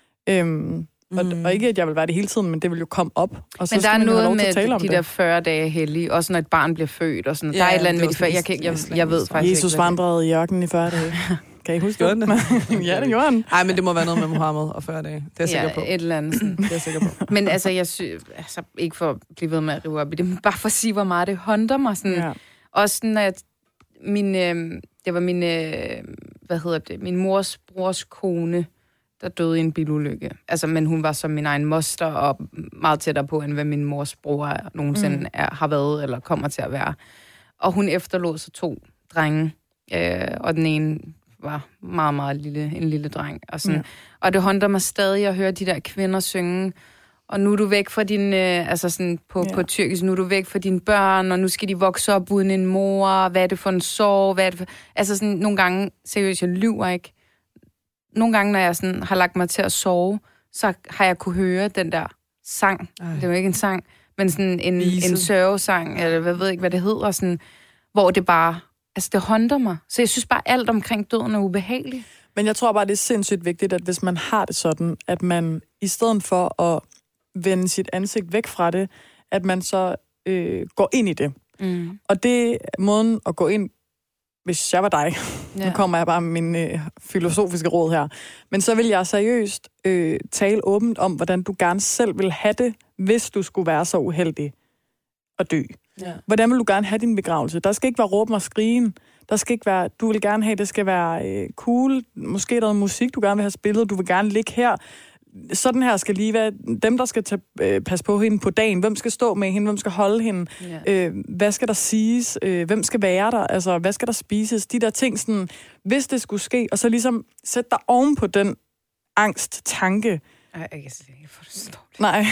Og ikke, at jeg vil være det hele tiden, men det vil jo komme op. Og så men der er noget med de der 40 dage hellige, også når et barn bliver født, og sådan. Der er et eller andet med de 40. Jeg ved faktisk Jesus vandrede i ørkenen i 40 dage. Kan I huske det? Ja, det gjorde han. Nej, men det må være noget med Muhammed og 40 dage. Det er jeg sikker på. Et eller andet sådan. Det er jeg sikker på. Men altså, ikke for at blive ved med at rive op i det, men bare for at sige, hvor meget det håndter mig. Sådan, også sådan, at det var min mors brors kone, der døde i en bilulykke. Altså, men hun var som min egen moster, og meget tættere på, end hvad min mors bror nogensinde har været, eller kommer til at være. Og hun efterlod sig 2 drenge, og den ene var meget, meget en lille dreng. Og, sådan. Og det håndter mig stadig at høre de der kvinder synge, og nu er du væk fra din, altså sådan på tyrkisk, nu er du væk fra dine børn, og nu skal de vokse op uden en mor, hvad er det for en sorg, hvad er det for... Altså sådan, nogle gange, seriøst, jeg lyver ikke. Nogle gange, når jeg sådan har lagt mig til at sove, så har jeg kunne høre den der sang. Det var ikke en sang, men sådan en sørgesang, eller jeg ved ikke, hvad det hedder, sådan, hvor det bare... Altså, det håndter mig. Så jeg synes bare, alt omkring døden er ubehageligt. Men jeg tror bare, det er sindssygt vigtigt, at hvis man har det sådan, at man i stedet for at vende sit ansigt væk fra det, at man så går ind i det. Og det måden at gå ind, hvis jeg var dig, nu kommer jeg bare med min filosofiske råd her, men så vil jeg seriøst tale åbent om, hvordan du gerne selv vil have det, hvis du skulle være så uheldig at dø. Ja. Hvordan vil du gerne have din begravelse? Der skal ikke være råben og skrigen. Der skal ikke være, du vil gerne have, det skal være cool. Måske er der noget musik, du gerne vil have spillet. Du vil gerne ligge her. Sådan her skal lige være dem, der skal passe på hende på dagen. Hvem skal stå med hende? Hvem skal holde hende? Ja. Hvad skal der siges? Hvem skal være der? Altså, hvad skal der spises? De der ting, sådan, hvis det skulle ske, og så ligesom sætte dig oven på den angst-tanke. Jeg kan ikke forstå det. Nej.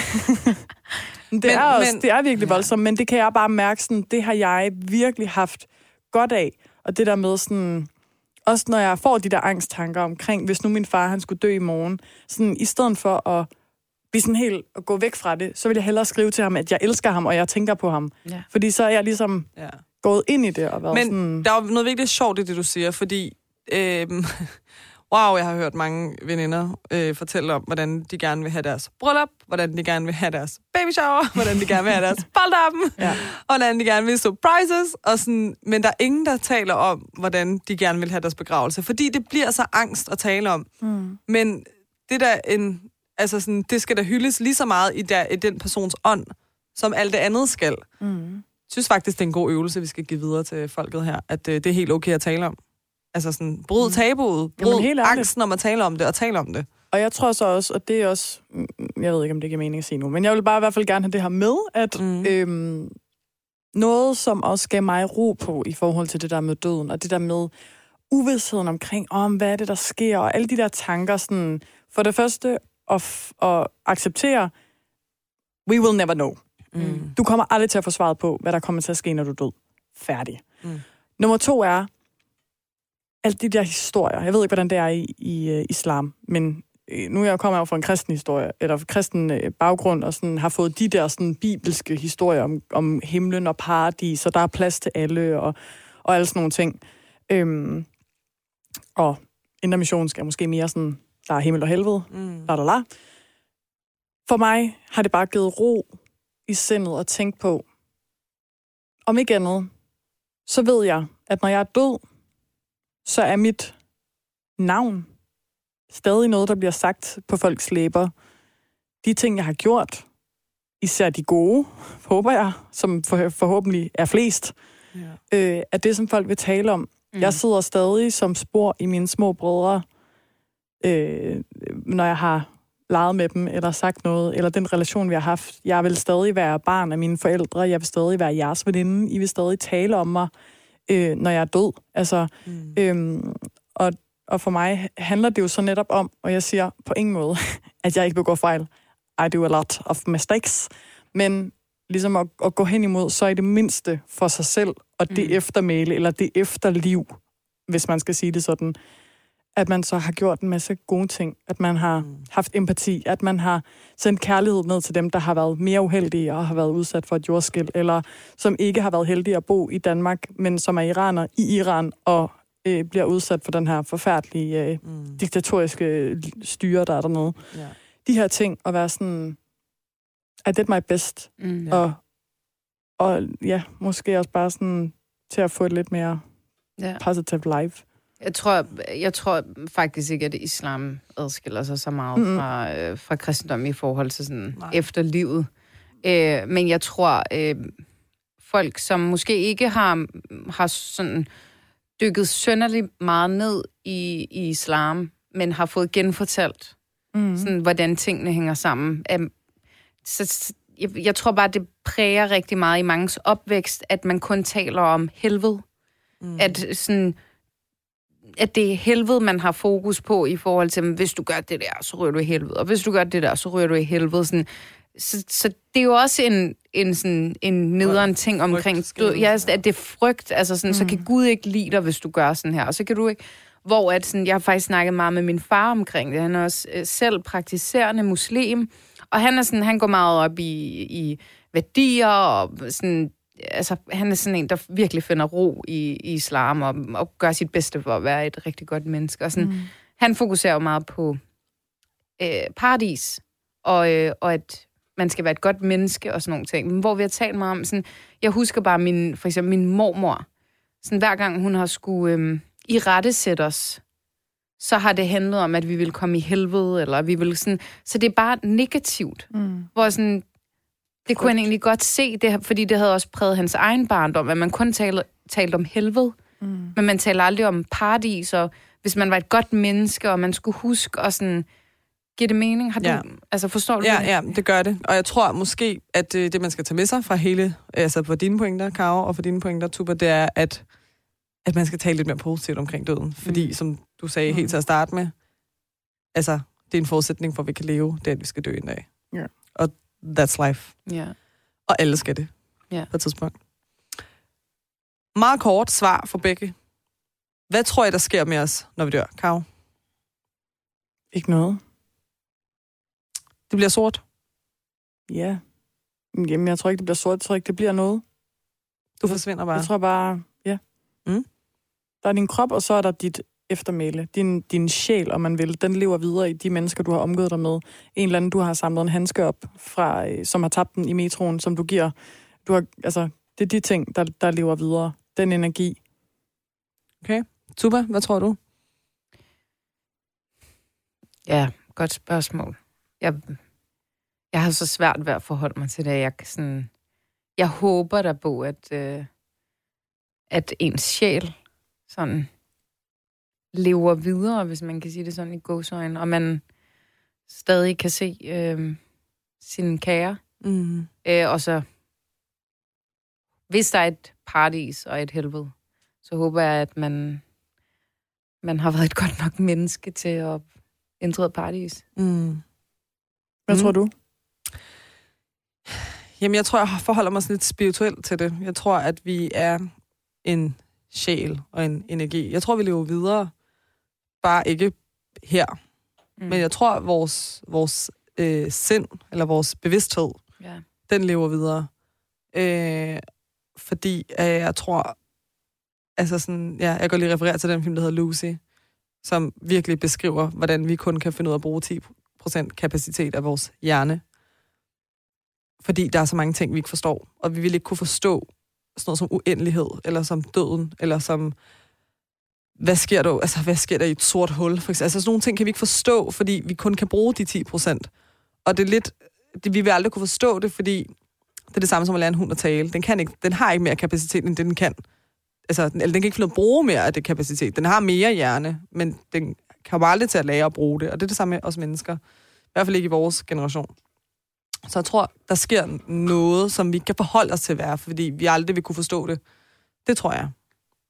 Det er virkelig voldsomt, men det kan jeg bare mærke, sådan, det har jeg virkelig haft godt af. Og det der med sådan, også når jeg får de der angsttanker omkring, hvis nu min far han skulle dø i morgen, sådan, i stedet for at blive sådan helt at gå væk fra det, så vil jeg hellere skrive til ham, at jeg elsker ham, og jeg tænker på ham. Ja. Fordi så er jeg ligesom gået ind i det og været sådan... Men der er noget virkelig sjovt i det, du siger, fordi... Wow, jeg har hørt mange veninder fortælle om, hvordan de gerne vil have deres bryllup, hvordan de gerne vil have deres baby shower, hvordan de gerne vil have deres boldappen, og hvordan de gerne vil surprises, og sådan, men der er ingen, der taler om, hvordan de gerne vil have deres begravelse, fordi det bliver så angst at tale om. Men det der det skal da hyldes lige så meget i den persons ånd, som alt det andet skal. Jeg synes faktisk, det er en god øvelse, vi skal give videre til folket her, at det er helt okay at tale om. Altså sådan, bryd tabuet, bryd angsten om at tale om det, og tale om det. Og jeg tror så også, og det er også, jeg ved ikke, om det giver mening at sige nu, men jeg vil bare i hvert fald gerne have det her med, at noget, som også gav mig ro på i forhold til det der med døden, og det der med uvidsheden omkring, hvad er det, der sker, og alle de der tanker, sådan, for det første at acceptere, we will never know. Du kommer aldrig til at få svaret på, hvad der kommer til at ske, når du er død. Færdig. Nummer 2 er, alle de der historier. Jeg ved ikke, hvordan det er i islam, men nu er jeg kommet over fra en kristen historie, eller kristen baggrund, og sådan, har fået de der sådan, bibelske historier om himlen og paradis, og der er plads til alle, og alle sådan nogle ting. Og Indre Mission skal måske mere sådan, der er himmel og helvede. For mig har det bare givet ro i sindet at tænke på, om ikke andet, så ved jeg, at når jeg er død, så er mit navn stadig noget, der bliver sagt på folks læber. De ting, jeg har gjort, især de gode, håber jeg, som forhåbentlig er flest, er det, som folk vil tale om. Jeg sidder stadig som spor i mine små brødre, når jeg har leget med dem, eller sagt noget, eller den relation, vi har haft. Jeg vil stadig være barn af mine forældre, jeg vil stadig være jeres veninde, I vil stadig tale om mig. når jeg er død. Altså, og for mig handler det jo så netop om, og jeg siger på ingen måde, at jeg ikke begår fejl. I do a lot of mistakes. Men ligesom at gå hen imod, så i det mindste for sig selv, og det eftermæle, eller det efterliv, hvis man skal sige det sådan, at man så har gjort en masse gode ting, at man har haft empati, at man har sendt kærlighed ned til dem, der har været mere uheldige og har været udsat for et jordskælv, eller som ikke har været heldige at bo i Danmark, men som er iraner i Iran og bliver udsat for den her forfærdelige diktatoriske styre, der er dernede. Ja. De her ting, at være sådan, I did my best, og måske også bare sådan, til at få et lidt mere positive life. Jeg tror faktisk ikke, at islam adskiller sig så meget fra kristendom i forhold til sådan efterlivet. Men jeg tror, folk, som måske ikke har sådan dykket synderligt meget ned i islam, men har fået genfortalt, sådan, hvordan tingene hænger sammen. Så jeg tror bare, det præger rigtig meget i manges opvækst, at man kun taler om helvede. At det er helvede, man har fokus på i forhold til, hvis du gør det der, så ryger du i helvede, og hvis du gør det der, så ryger du i helvede. Sådan. Så det er jo også en nederen ting omkring død. Ja, at det er frygt, altså sådan, så kan Gud ikke lide dig, hvis du gør sådan her, og så kan du ikke... Hvor at sådan, jeg har faktisk snakket meget med min far omkring det. Han er også selv praktiserende muslim, og han går meget op i værdier, og sådan... Altså, han er sådan en, der virkelig finder ro i islam, og gør sit bedste for at være et rigtig godt menneske. Og sådan, han fokuserer jo meget på paradis, og at man skal være et godt menneske, og sådan nogle ting. Men hvor vi har talt meget om, sådan, jeg husker bare for eksempel min mormor, sådan, hver gang hun har skulle irettesætte os, så har det handlet om, at vi vil komme i helvede, eller vi vil sådan... Så det er bare negativt, hvor sådan... Det kunne han egentlig godt se, fordi det havde også præget hans egen barndom, at man kun talte om helvede, men man talte aldrig om paradis, og hvis man var et godt menneske, og man skulle huske og sådan... Giver det mening? Har du, altså forstår du det? Ja, det gør det. Og jeg tror måske, at det, man skal tage med sig fra hele... Altså for dine pointer, Karo, og for dine pointer, Tuba, det er, at man skal tale lidt mere positivt omkring døden. Fordi, som du sagde helt til at starte med, altså, det er en forudsætning for, at vi kan leve, det er, at vi skal dø en dag. Ja. Og that's life. Ja. Og alle skal det på et tidspunkt. Meget kort svar for begge. Hvad tror I, der sker med os, når vi dør, Karo? Ikke noget. Det bliver sort? Ja. Jamen, jeg tror ikke, det bliver sort. Jeg tror ikke, det bliver noget. Du forsvinder bare? Jeg tror bare, der er din krop, og så er der dit eftermæle. Din sjæl, om man vil, den lever videre i de mennesker, du har omgået dig med. En eller anden, du har samlet en handske op fra, som har tabt den i metroen, som du giver. Altså, det er de ting, der lever videre. Den energi. Okay. Tuba, hvad tror du? Ja, godt spørgsmål. Jeg har så svært ved at forholde mig til det. Jeg håber der på, at ens sjæl sådan lever videre, hvis man kan sige det sådan i gåseøjne, og man stadig kan se sine kære. Og så, hvis der er et paradis og et helvede, så håber jeg, at man har været et godt nok menneske til at indtræde paradis. Hvad tror du? Jamen, jeg tror, jeg forholder mig sådan lidt spirituelt til det. Jeg tror, at vi er en sjæl og en energi. Jeg tror, vi lever videre, bare ikke her. Men jeg tror, at vores sind, eller vores bevidsthed, den lever videre. Fordi jeg tror, altså sådan, jeg kan lige referere til den film, der hedder Lucy, som virkelig beskriver, hvordan vi kun kan finde ud af at bruge 10% kapacitet af vores hjerne. Fordi der er så mange ting, vi ikke forstår. Og vi vil ikke kunne forstå sådan noget som uendelighed, eller som døden, eller som, hvad sker der i et sort hul? For eksempel. Altså sådan nogle ting kan vi ikke forstå, fordi vi kun kan bruge de 10%. Og det er lidt, vi vil aldrig kunne forstå det, fordi det er det samme som at lære en hund at tale. Den har ikke mere kapacitet, end det den kan. Altså, den kan ikke finde at bruge mere af det kapacitet. Den har mere hjerne, men den kan jo aldrig til at lære at bruge det. Og det er det samme med os mennesker. I hvert fald ikke i vores generation. Så jeg tror, der sker noget, som vi kan forholde os til at være, fordi vi aldrig vil kunne forstå det. Det tror jeg.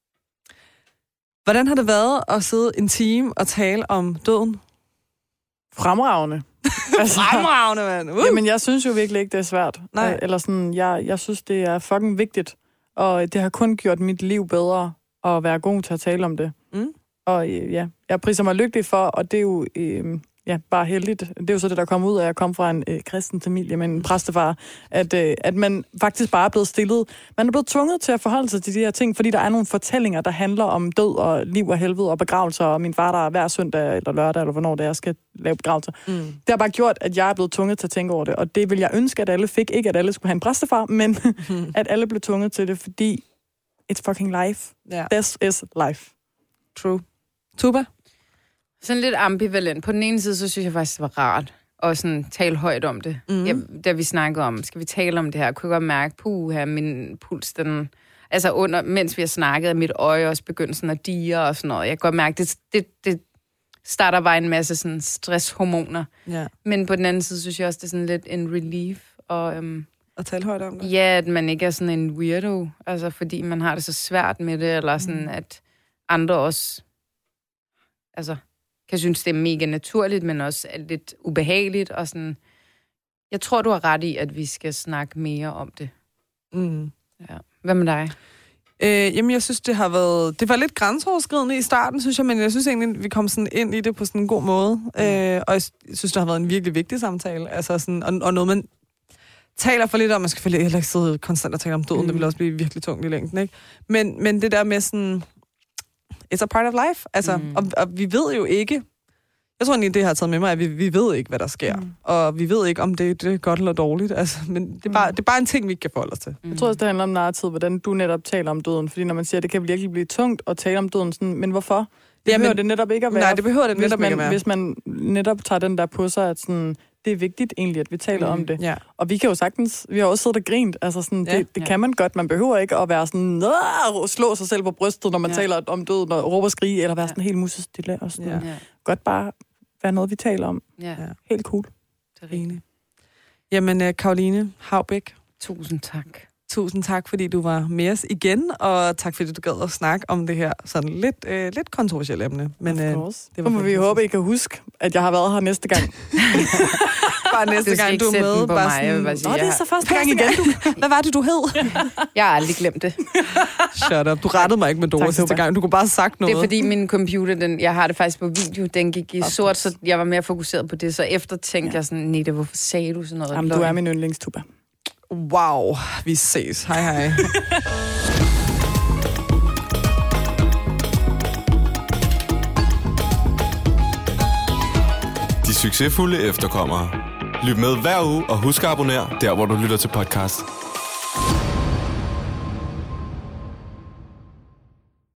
Hvordan har det været at sidde en time og tale om døden? Fremragende. Fremragende, mand. Jamen, jeg synes jo virkelig ikke, det er svært. Nej. Eller sådan, jeg synes, det er fucking vigtigt. Og det har kun gjort mit liv bedre at være god til at tale om det. Og jeg priser mig lykkelig for, og det er jo bare heldigt. Det er jo så det, der kommer ud af at komme fra en kristen familie med en præstefar, at man faktisk bare er blevet stillet. Man er blevet tvunget til at forholde sig til de her ting, fordi der er nogle fortællinger, der handler om død og liv og helvede og begravelser, og min far, der er hver søndag eller lørdag, eller hvornår det er, skal lave begravelser. Det har bare gjort, at jeg er blevet tvunget til at tænke over det, og det vil jeg ønske, at alle fik. Ikke, at alle skulle have en præstefar, men at alle blev tvunget til det, fordi it's fucking life. Yeah. This is life. True. Tuba? Sådan lidt ambivalent. På den ene side, så synes jeg faktisk, det var rart at sådan tale højt om det. Da vi snakkede om, skal vi tale om det her, kunne jeg godt mærke, min puls, mens vi har snakket, mit øje også begyndte sådan at dire og sådan noget. Jeg kan godt mærke, det starter bare en masse sådan stresshormoner. Yeah. Men på den anden side, synes jeg også, det er sådan lidt en relief. At tale højt om det? Ja, at man ikke er sådan en weirdo, altså fordi man har det så svært med det, eller sådan, at andre også kan synes, det er mega naturligt, men også er lidt ubehageligt, og sådan, jeg tror, du har ret i, at vi skal snakke mere om det. Ja. Hvad med dig? Jamen, jeg synes, det var lidt grænseoverskridende i starten, synes jeg, men jeg synes egentlig, vi kom sådan ind i det på sådan en god måde, og jeg synes, det har været en virkelig vigtig samtale, altså sådan, og noget, man taler for lidt om, man skal selvfølgelig heller ikke sidde konstant og tale om døden, det vil også blive virkelig tungt i længden, ikke? Men det der med sådan, it's a part of life, altså, og vi ved jo ikke, jeg tror egentlig, det har taget med mig, at vi ved ikke, hvad der sker, og vi ved ikke, om det er godt eller dårligt, altså, men det er bare en ting, vi ikke kan forholde os til. Jeg tror også, det handler om narrativ, hvordan du netop taler om døden, fordi når man siger, at det kan virkelig blive tungt at tale om døden, sådan, men hvorfor? Det behøver det netop ikke at være. Nej, det behøver det netop ikke at være. Hvis man netop tager den der på sig, at sådan, det er vigtigt egentlig, at vi taler om det. Ja. Og vi kan jo sagtens, vi har også siddet og grint, altså sådan, det kan man godt, man behøver ikke at være sådan, slå sig selv på brystet, når man taler om døden, og råbe og skrige, eller være sådan helt musestille, og sådan. Godt bare være noget, vi taler om. Ja. Helt cool. Det er rigtigt. Jamen, Karoline Haubæk. Tusind tak. Tusind tak, fordi du var med os igen, og tak, fordi du gad at snakke om det her sådan lidt kontroversielle emne. Men det må vi håbe, I kan huske, at jeg har været her næste gang. Bare næste gang, du er med. Bare sådan, det er så første gang igen. Hvad var det, du hed? Jeg har aldrig glemt det. Shut up. Du rettede mig ikke med Dora sidste gang. Du kunne bare have sagt noget. Det er fordi min computer, jeg har det faktisk på video, den gik i sort, så jeg var mere fokuseret på det. Så efter tænkte jeg sådan, Nita, hvorfor sagde du sådan noget? Jamen, du er min yndlingstuba. Wow, vi ses. Hej hej. De succesfulde efterkommere. Lyt med hver uge og husk at abonnere der, hvor du lytter til podcast.